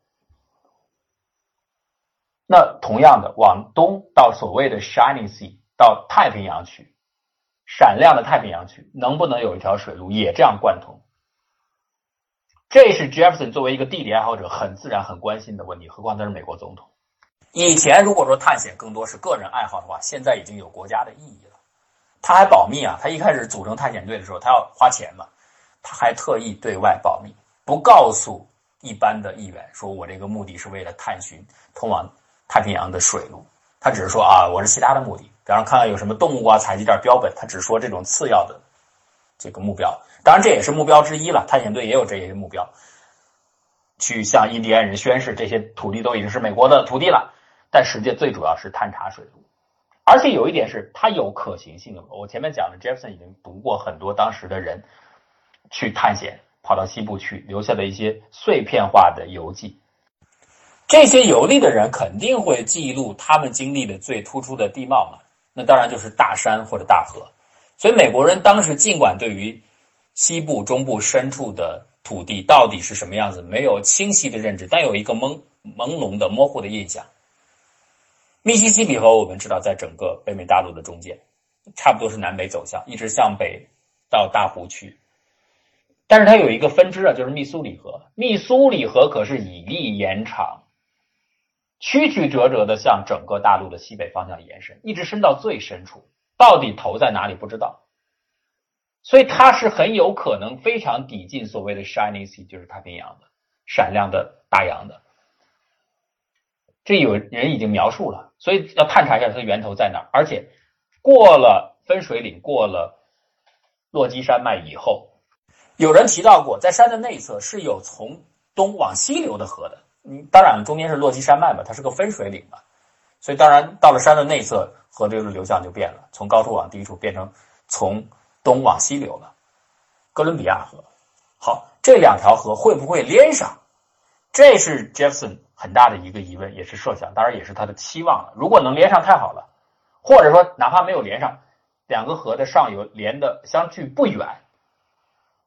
那同样的，往东到所谓的 Shining Sea， 到太平洋区，闪亮的太平洋区，能不能有一条水路也这样贯通？这是 Jefferson 作为一个地理爱好者很自然很关心的问题，何况他是美国总统。以前如果说探险更多是个人爱好的话，现在已经有国家的意义了。他还保密啊，他一开始组成探险队的时候，他要花钱嘛，他还特意对外保密，不告诉一般的议员说我这个目的是为了探寻通往太平洋的水路，他只是说啊，我是其他的目的，比方说看看有什么动物啊，采集点标本，他只说这种次要的这个目标。当然这也是目标之一了，探险队也有这些目标，去向印第安人宣示这些土地都已经是美国的土地了，但实际最主要是探查水路。而且有一点是它有可行性的，我前面讲的 Jefferson 已经读过很多当时的人去探险跑到西部去留下的一些碎片化的游记，这些游历的人肯定会记录他们经历的最突出的地貌嘛，那当然就是大山或者大河。所以美国人当时尽管对于西部中部深处的土地到底是什么样子没有清晰的认知，但有一个朦朦胧的模糊的印象。密西西比河我们知道在整个北美大陆的中间，差不多是南北走向，一直向北到大湖区。但是它有一个分支啊，就是密苏里河。密苏里河可是以力延长，曲曲折折的向整个大陆的西北方向延伸，一直伸到最深处，到底头在哪里不知道。所以它是很有可能非常抵近所谓的 Shining Sea， 就是太平洋的闪亮的大洋的。这有人已经描述了，所以要探查一下它的源头在哪儿。而且过了分水岭，过了落基山脉以后，有人提到过在山的内侧是有从东往西流的河的。嗯，当然中间是落基山脉嘛，它是个分水岭嘛，所以当然到了山的内侧，河流的流向就变了，从高处往低处变成从东往西流了。哥伦比亚河，好，这两条河会不会连上？这是 Jefferson 很大的一个疑问，也是设想，当然也是他的期望了。如果能连上太好了，或者说哪怕没有连上，两个河的上游连的相距不远，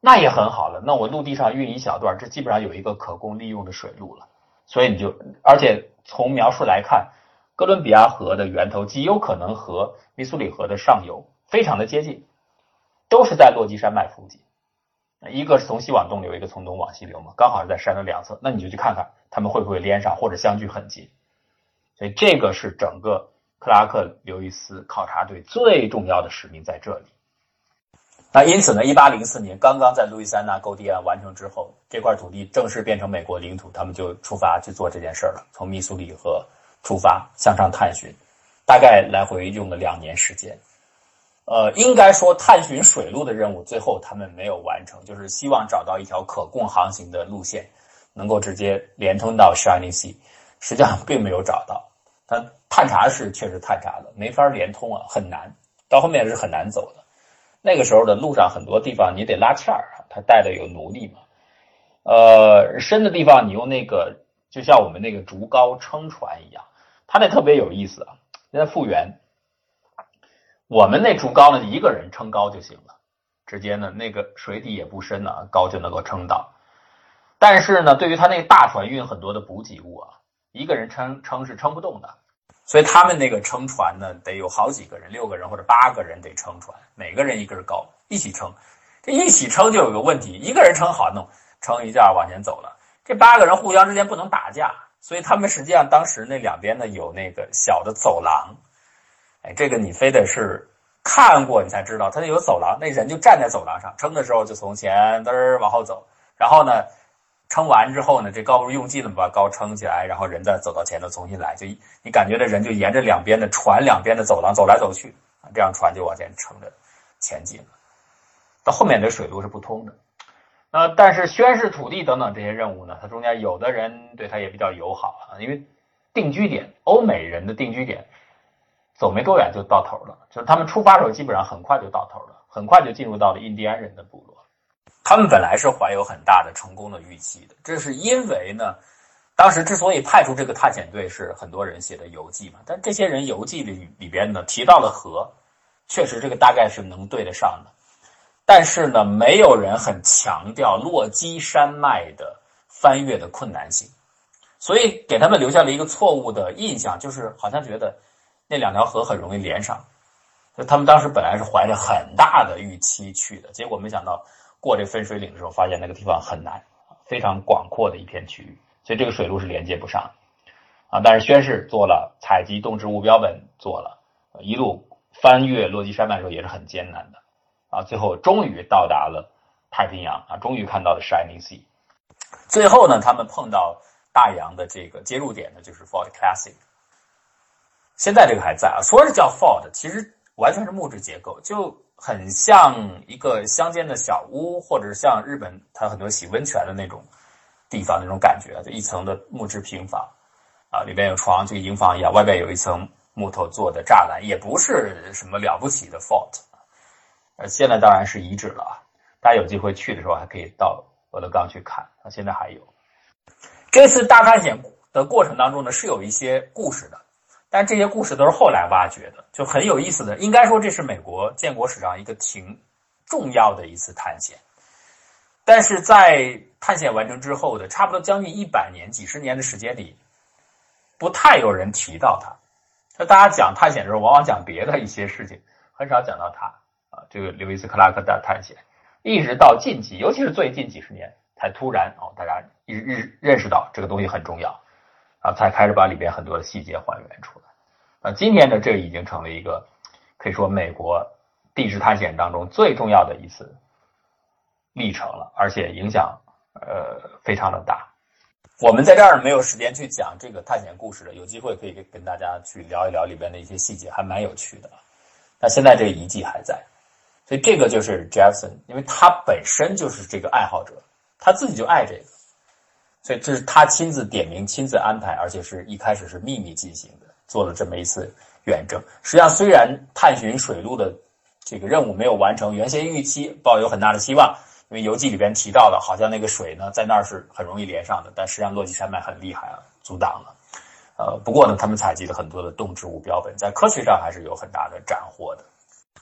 那也很好了，那我陆地上运一小段，这基本上有一个可供利用的水路了。所以你就，而且从描述来看，哥伦比亚河的源头极有可能和密苏里河的上游非常的接近，都是在落基山脉附近。一个是从西往东流，一个从东往西流嘛，刚好是在山的两侧。那你就去看看他们会不会连上，或者相距很近。所以这个是整个克拉克刘易斯考察队最重要的使命在这里。那因此呢，一八零四年刚刚在路易斯安那购地案完成之后，这块土地正式变成美国领土，他们就出发去做这件事了。从密苏里河出发向上探寻，大概来回用了两年时间。呃，应该说探寻水路的任务最后他们没有完成，就是希望找到一条可供航行的路线，能够直接连通到 Shining Sea， 实际上并没有找到。但探查是确实探查了，没法连通啊，很难，到后面是很难走的。那个时候的路上很多地方你得拉纤儿，他带的有奴隶嘛。呃，深的地方你用那个，就像我们那个竹篙撑船一样，它那特别有意思啊。现在复原，我们那竹篙呢，一个人撑篙就行了，直接呢那个水底也不深呢，篙就能够撑到。但是呢，对于他那个大船运很多的补给物啊，一个人撑撑是撑不动的。所以他们那个撑船呢，得有好几个人，六个人或者八个人得撑船，每个人一根篙一起撑。这一起撑就有个问题，一个人撑好弄，撑一架往前走了，这八个人互相之间不能打架，所以他们实际上当时那两边呢有那个小的走廊。哎，这个你非得是看过你才知道，它那有走廊，那人就站在走廊上，撑的时候就从前嘚儿往后走，然后呢撑完之后呢，这篙不是用尽了，把篙撑起来，然后人再走到前头重新来，就你感觉这人就沿着两边的船两边的走廊走来走去，这样船就往前撑着前进了。到后面的水路是不通的。呃，但是宣示土地等等这些任务呢，它中间有的人对他也比较友好啊，因为定居点，欧美人的定居点走没多远就到头了，就是他们出发的时候基本上很快就到头了，很快就进入到了印第安人的部落。他们本来是怀有很大的成功的预期的，这是因为呢，当时之所以派出这个探险队是很多人写的游记嘛，但这些人游记里里边呢提到了河，确实这个大概是能对得上的，但是呢，没有人很强调落基山脉的翻越的困难性，所以给他们留下了一个错误的印象，就是好像觉得那两条河很容易连上，就他们当时本来是怀着很大的预期去的，结果没想到过这分水岭的时候，发现那个地方很难，非常广阔的一片区域，所以这个水路是连接不上啊。但是宣誓做了，采集动植物标本做了，一路翻越落基山脉的时候也是很艰难的啊。最后终于到达了太平洋啊，终于看到了 Shining Sea。最后呢，他们碰到大洋的这个接入点呢，就是 Fort Classic。现在这个还在啊，说是叫 Fort， 其实完全是木质结构，就很像一个乡间的小屋，或者像日本它很多洗温泉的那种地方那种感觉，就一层的木质平房啊，里边有床，就营房一样，外边有一层木头做的栅栏，也不是什么了不起的 fort。呃，现在当然是遗址了啊，大家有机会去的时候还可以到俄勒冈去看，啊，现在还有。这次大探险的过程当中呢，是有一些故事的。但这些故事都是后来挖掘的，就很有意思的。应该说这是美国建国史上一个挺重要的一次探险。但是在探险完成之后的差不多将近一百年、几十年的时间里，不太有人提到它。就大家讲探险的时候，往往讲别的一些事情，很少讲到它啊。这个刘易斯·克拉克的探险，一直到近期，尤其是最近几十年，才突然哦，大家一日认识到这个东西很重要。啊，才开始把里边很多的细节还原出来。啊，今天呢，这已经成了一个可以说美国地质探险当中最重要的一次历程了，而且影响呃非常的大。我们在这儿没有时间去讲这个探险故事了，有机会可以跟大家去聊一聊里边的一些细节，还蛮有趣的。那现在这个遗迹还在，所以这个就是 Jefferson， 因为他本身就是这个爱好者，他自己就爱这个。所以这是他亲自点名、亲自安排，而且是一开始是秘密进行的，做了这么一次远征。实际上，虽然探寻水路的这个任务没有完成，原先预期抱有很大的希望，因为游记里边提到的，好像那个水呢在那儿是很容易连上的，但实际上落基山脉很厉害啊，阻挡了。呃，不过呢，他们采集了很多的动植物标本，在科学上还是有很大的斩获的。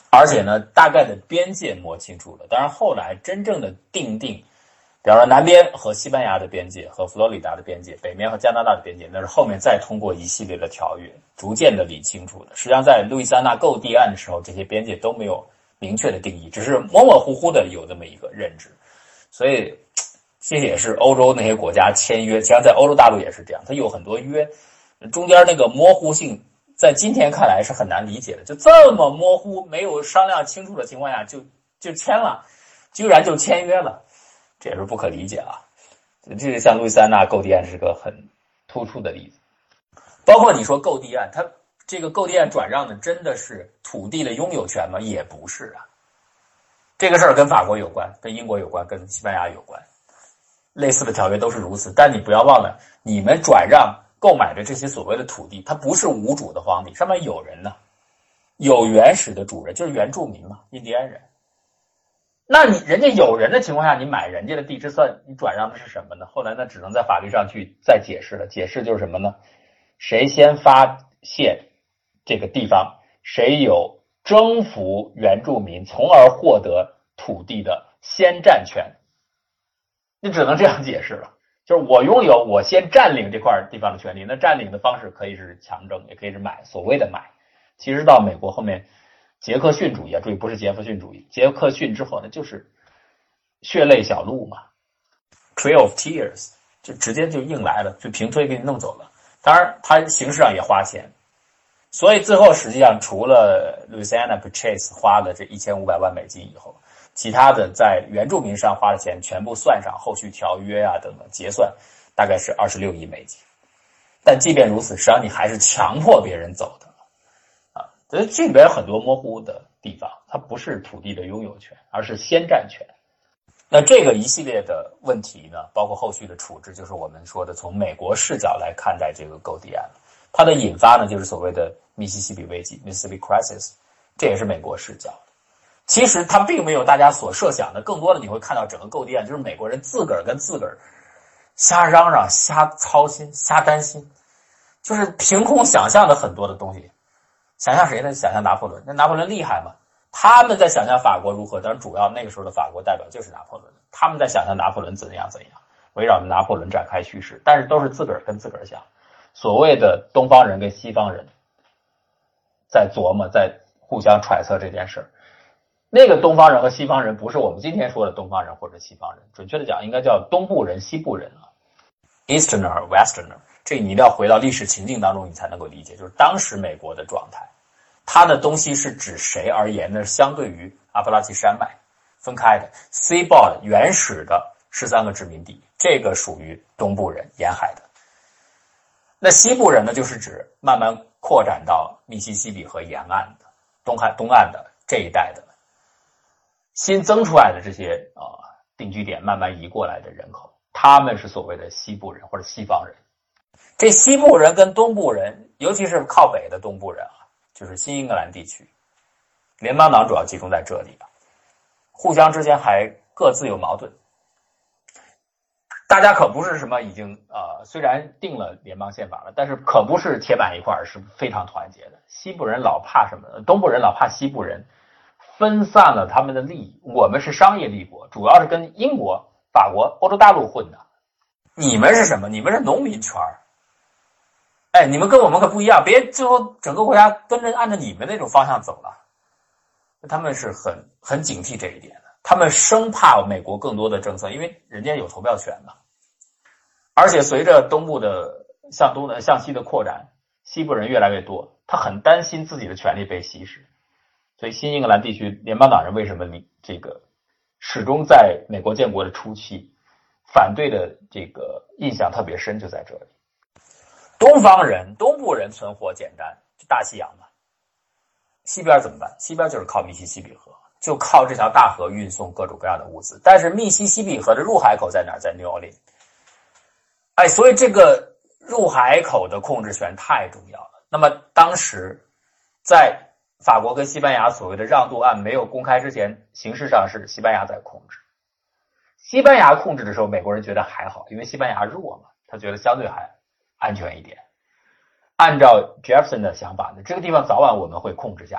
而且呢，大概的边界摸清楚了。当然，后来真正的定定，比方说南边和西班牙的边界和佛罗里达的边界，北面和加拿大的边界，那是后面再通过一系列的条约逐渐的理清楚的。实际上，在路易斯安那购地案的时候，这些边界都没有明确的定义，只是模模糊糊的有这么一个认知。所以，这也是欧洲那些国家签约，实际上在欧洲大陆也是这样，它有很多约，中间那个模糊性，在今天看来是很难理解的，就这么模糊，没有商量清楚的情况下就就签了，居然就签约了，这也是不可理解啊。这个像路易斯安那购地案是个很突出的例子。包括你说购地案，它这个购地案转让的真的是土地的拥有权吗？也不是啊。这个事儿跟法国有关，跟英国有关，跟西班牙有关，类似的条约都是如此。但你不要忘了，你们转让购买的这些所谓的土地，它不是无主的荒地，上面有人呢，有原始的主人，就是原住民嘛，印第安人。那你人家有人的情况下，你买人家的地，这算你转让的是什么呢？后来呢，只能在法律上去再解释了。解释就是什么呢？谁先发现这个地方，谁有征服原住民，从而获得土地的先占权。你只能这样解释了。就是我拥有我先占领这块地方的权利，那占领的方式可以是强征，也可以是买，所谓的买。其实到美国后面杰克逊主义啊，注意不是杰弗逊主义，杰克逊之后呢，就是血泪小路嘛 ，Trail of Tears， 就直接就硬来了，就平推给你弄走了。当然，他形式上也花钱，所以最后实际上除了 Louisiana Purchase 花了这一千五百万美金以后，其他的在原住民上花的钱全部算上，后续条约啊等等结算，大概是二十六亿美金。但即便如此，实际上你还是强迫别人走的啊。所以这里边有很多模糊的地方，它不是土地的拥有权，而是先占权。那这个一系列的问题呢，包括后续的处置，就是我们说的从美国视角来看待这个购地案。它的引发呢，就是所谓的密西西比危机 （Mississippi Crisis）， 这也是美国视角。其实它并没有大家所设想的，更多的你会看到整个购地案就是美国人自个儿跟自个儿瞎嚷嚷、瞎操心、瞎担心，就是凭空想象的很多的东西。想象谁呢？想象拿破仑。那拿破仑厉害吗？他们在想象法国如何，当然主要那个时候的法国代表就是拿破仑，他们在想象拿破仑怎样怎样，围绕着拿破仑展开叙事，但是都是自个儿跟自个儿想。所谓的东方人跟西方人在琢磨，在互相揣测这件事儿。那个东方人和西方人不是我们今天说的东方人或者西方人，准确的讲应该叫东部人、西部人啊 ，Easterner、Westerner。这你一定要回到历史情境当中，你才能够理解，就是当时美国的状态。它的东西是指谁而言呢？相对于阿布拉契山脉分开的 Seaboard 原始的十三个殖民地，这个属于东部人沿海的。那西部人呢，就是指慢慢扩展到密西西比河沿岸的东海东岸的这一带的新增出来的这些呃定居点慢慢移过来的人口，他们是所谓的西部人或者西方人。这西部人跟东部人，尤其是靠北的东部人啊，就是新英格兰地区，联邦党主要集中在这里了，互相之间还各自有矛盾。大家可不是什么已经呃，虽然定了联邦宪法了，但是可不是铁板一块，是非常团结的。西部人老怕什么？东部人老怕西部人分散了他们的利益。我们是商业立国，主要是跟英国、法国、欧洲大陆混的。你们是什么？你们是农民圈儿。哎，你们跟我们可不一样，别最后整个国家跟着按照你们那种方向走了。他们是很很警惕这一点的，他们生怕美国更多的政策，因为人家有投票权嘛。而且随着东部的向东的向西的扩展，西部人越来越多，他很担心自己的权利被稀释。所以新英格兰地区联邦党人为什么你这个始终在美国建国的初期反对的这个印象特别深，就在这里。东方人东部人存活简单，就大西洋嘛。西边怎么办？西边就是靠密西西比河，就靠这条大河运送各种各样的物资。但是密西西比河的入海口在哪儿？在 New Orleans。哎，所以这个入海口的控制权太重要了。那么当时在法国跟西班牙所谓的让渡案没有公开之前，形式上是西班牙在控制。西班牙控制的时候，美国人觉得还好，因为西班牙弱嘛，他觉得相对还安全一点。按照 Jefferson 的想法呢，这个地方早晚我们会控制下来的。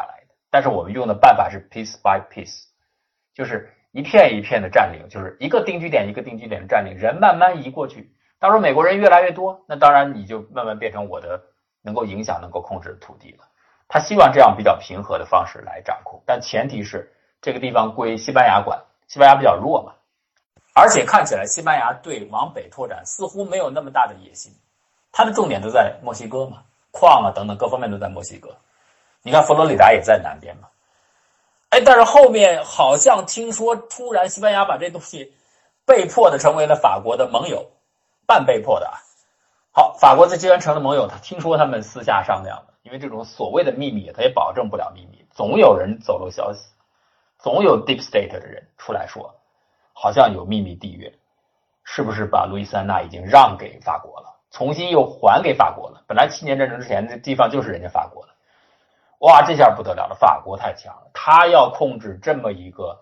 但是我们用的办法是 piece by piece， 就是一片一片的占领，就是一个定居点一个定居点的占领，人慢慢移过去。到时候美国人越来越多，那当然你就慢慢变成我的能够影响能够控制的土地了。他希望这样比较平和的方式来掌控，但前提是这个地方归西班牙管，西班牙比较弱嘛，而且看起来西班牙对往北拓展似乎没有那么大的野心，它的重点都在墨西哥嘛，矿啊等等各方面都在墨西哥，你看佛罗里达也在南边嘛。哎，但是后面好像听说突然西班牙把这东西被迫的成为了法国的盟友，半被迫的啊。好，法国在既然成了盟友，他听说他们私下商量了，因为这种所谓的秘密他也保证不了秘密，总有人走漏消息，总有 deep state 的人出来说好像有秘密缔约，是不是把路易斯安那已经让给法国了，重新又还给法国了，本来七年战争之前这地方就是人家法国的。哇，这下不得了了，法国太强了，他要控制这么一个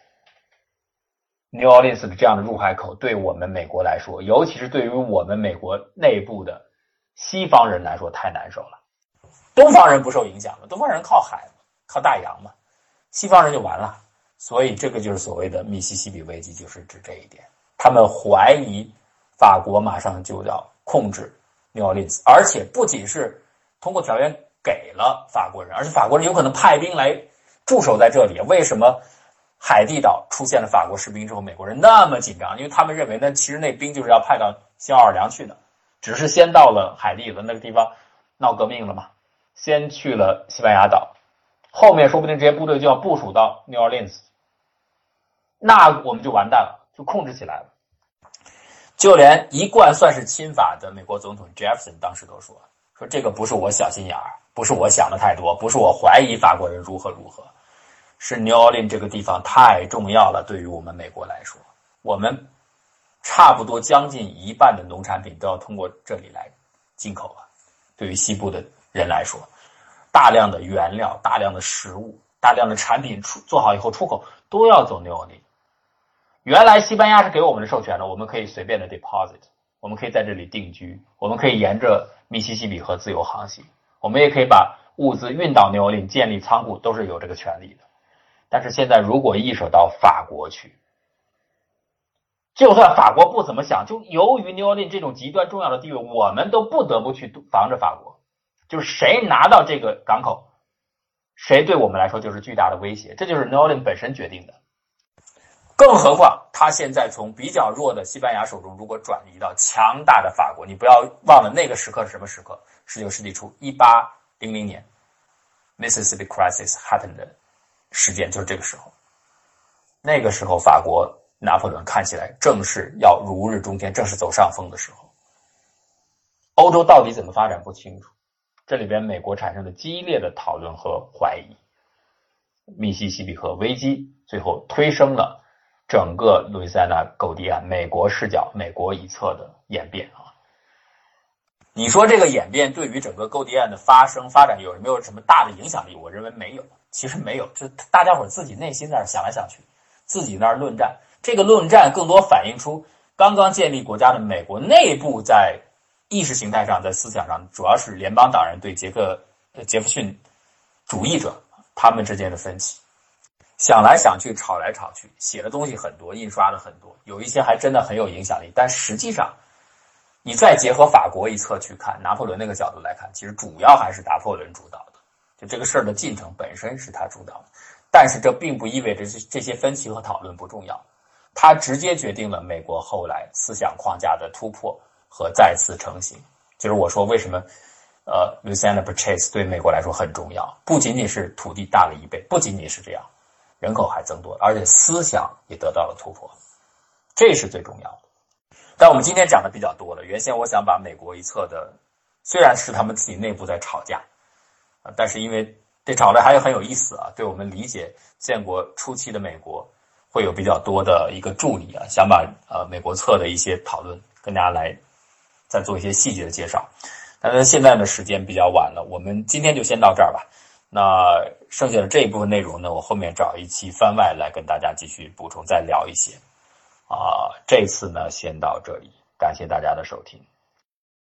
New Orleans 的这样的入海口，对我们美国来说，尤其是对于我们美国内部的西方人来说太难受了。东方人不受影响了，东方人靠海靠大洋嘛，西方人就完了。所以这个就是所谓的密西西比危机，就是指这一点。他们怀疑法国马上就要控制 New Orleans， 而且不仅是通过条约给了法国人，而且法国人有可能派兵来驻守在这里。为什么海地岛出现了法国士兵之后，美国人那么紧张？因为他们认为那其实那兵就是要派到新奥尔良去的，只是先到了海地的那个地方闹革命了嘛，先去了西班牙岛，后面说不定这些部队就要部署到 New Orleans， 那我们就完蛋了，就控制起来了。就连一贯算是亲法的美国总统 Jefferson 当时都说说这个不是我小心眼儿，不是我想的太多，不是我怀疑法国人如何如何，是 New Orleans 这个地方太重要了，对于我们美国来说，我们差不多将近一半的农产品都要通过这里来进口啊。对于西部的人来说，大量的原料、大量的食物、大量的产品出做好以后出口都要走 New Orleans。原来西班牙是给我们的授权的，我们可以随便的 deposit， 我们可以在这里定居，我们可以沿着密西西比河自由航行，我们也可以把物资运到 New Orleans 建立仓库，都是有这个权利的。但是现在如果易手到法国去，就算法国不怎么想，就由于 New Orleans 这种极端重要的地位，我们都不得不去防着法国。就是谁拿到这个港口，谁对我们来说就是巨大的威胁，这就是 New Orleans 本身决定的。更何况他现在从比较弱的西班牙手中如果转移到强大的法国，你不要忘了那个时刻是什么时刻，十九世纪初一八零零年 Mississippi Crisis happened 的事件，就是这个时候。那个时候法国拿破仑看起来正是要如日中天，正是走上风的时候。欧洲到底怎么发展不清楚，这里边美国产生了激烈的讨论和怀疑。密西西比河危机最后推升了整个路易斯安那购地案美国视角、美国一侧的演变啊。你说这个演变对于整个购地案的发生发展有没有什么大的影响力？我认为没有，其实没有，就大家伙自己内心在那想来想去，自己那儿论战。这个论战更多反映出刚刚建立国家的美国内部在意识形态上、在思想上，主要是联邦党人对杰克杰弗逊主义者他们之间的分歧。想来想去，吵来吵去，写的东西很多，印刷的很多，有一些还真的很有影响力。但实际上，你再结合法国一侧去看，拿破仑那个角度来看，其实主要还是拿破仑主导的。就这个事儿的进程本身是他主导的，但是这并不意味着这些分歧和讨论不重要。它直接决定了美国后来思想框架的突破和再次成型。就是我说为什么呃 Louisiana Purchase 对美国来说很重要，不仅仅是土地大了一倍，不仅仅是这样，人口还增多，而且思想也得到了突破，这是最重要的。但我们今天讲的比较多了，原先我想把美国一侧的，虽然是他们自己内部在吵架，但是因为这吵得还很有意思啊，对我们理解建国初期的美国会有比较多的一个助力啊，想把呃美国侧的一些讨论跟大家来再做一些细节的介绍。但是现在的时间比较晚了，我们今天就先到这儿吧。那剩下的这一部分内容呢，我后面找一期番外来跟大家继续补充，再聊一些。啊、呃，这次呢先到这里，感谢大家的收听。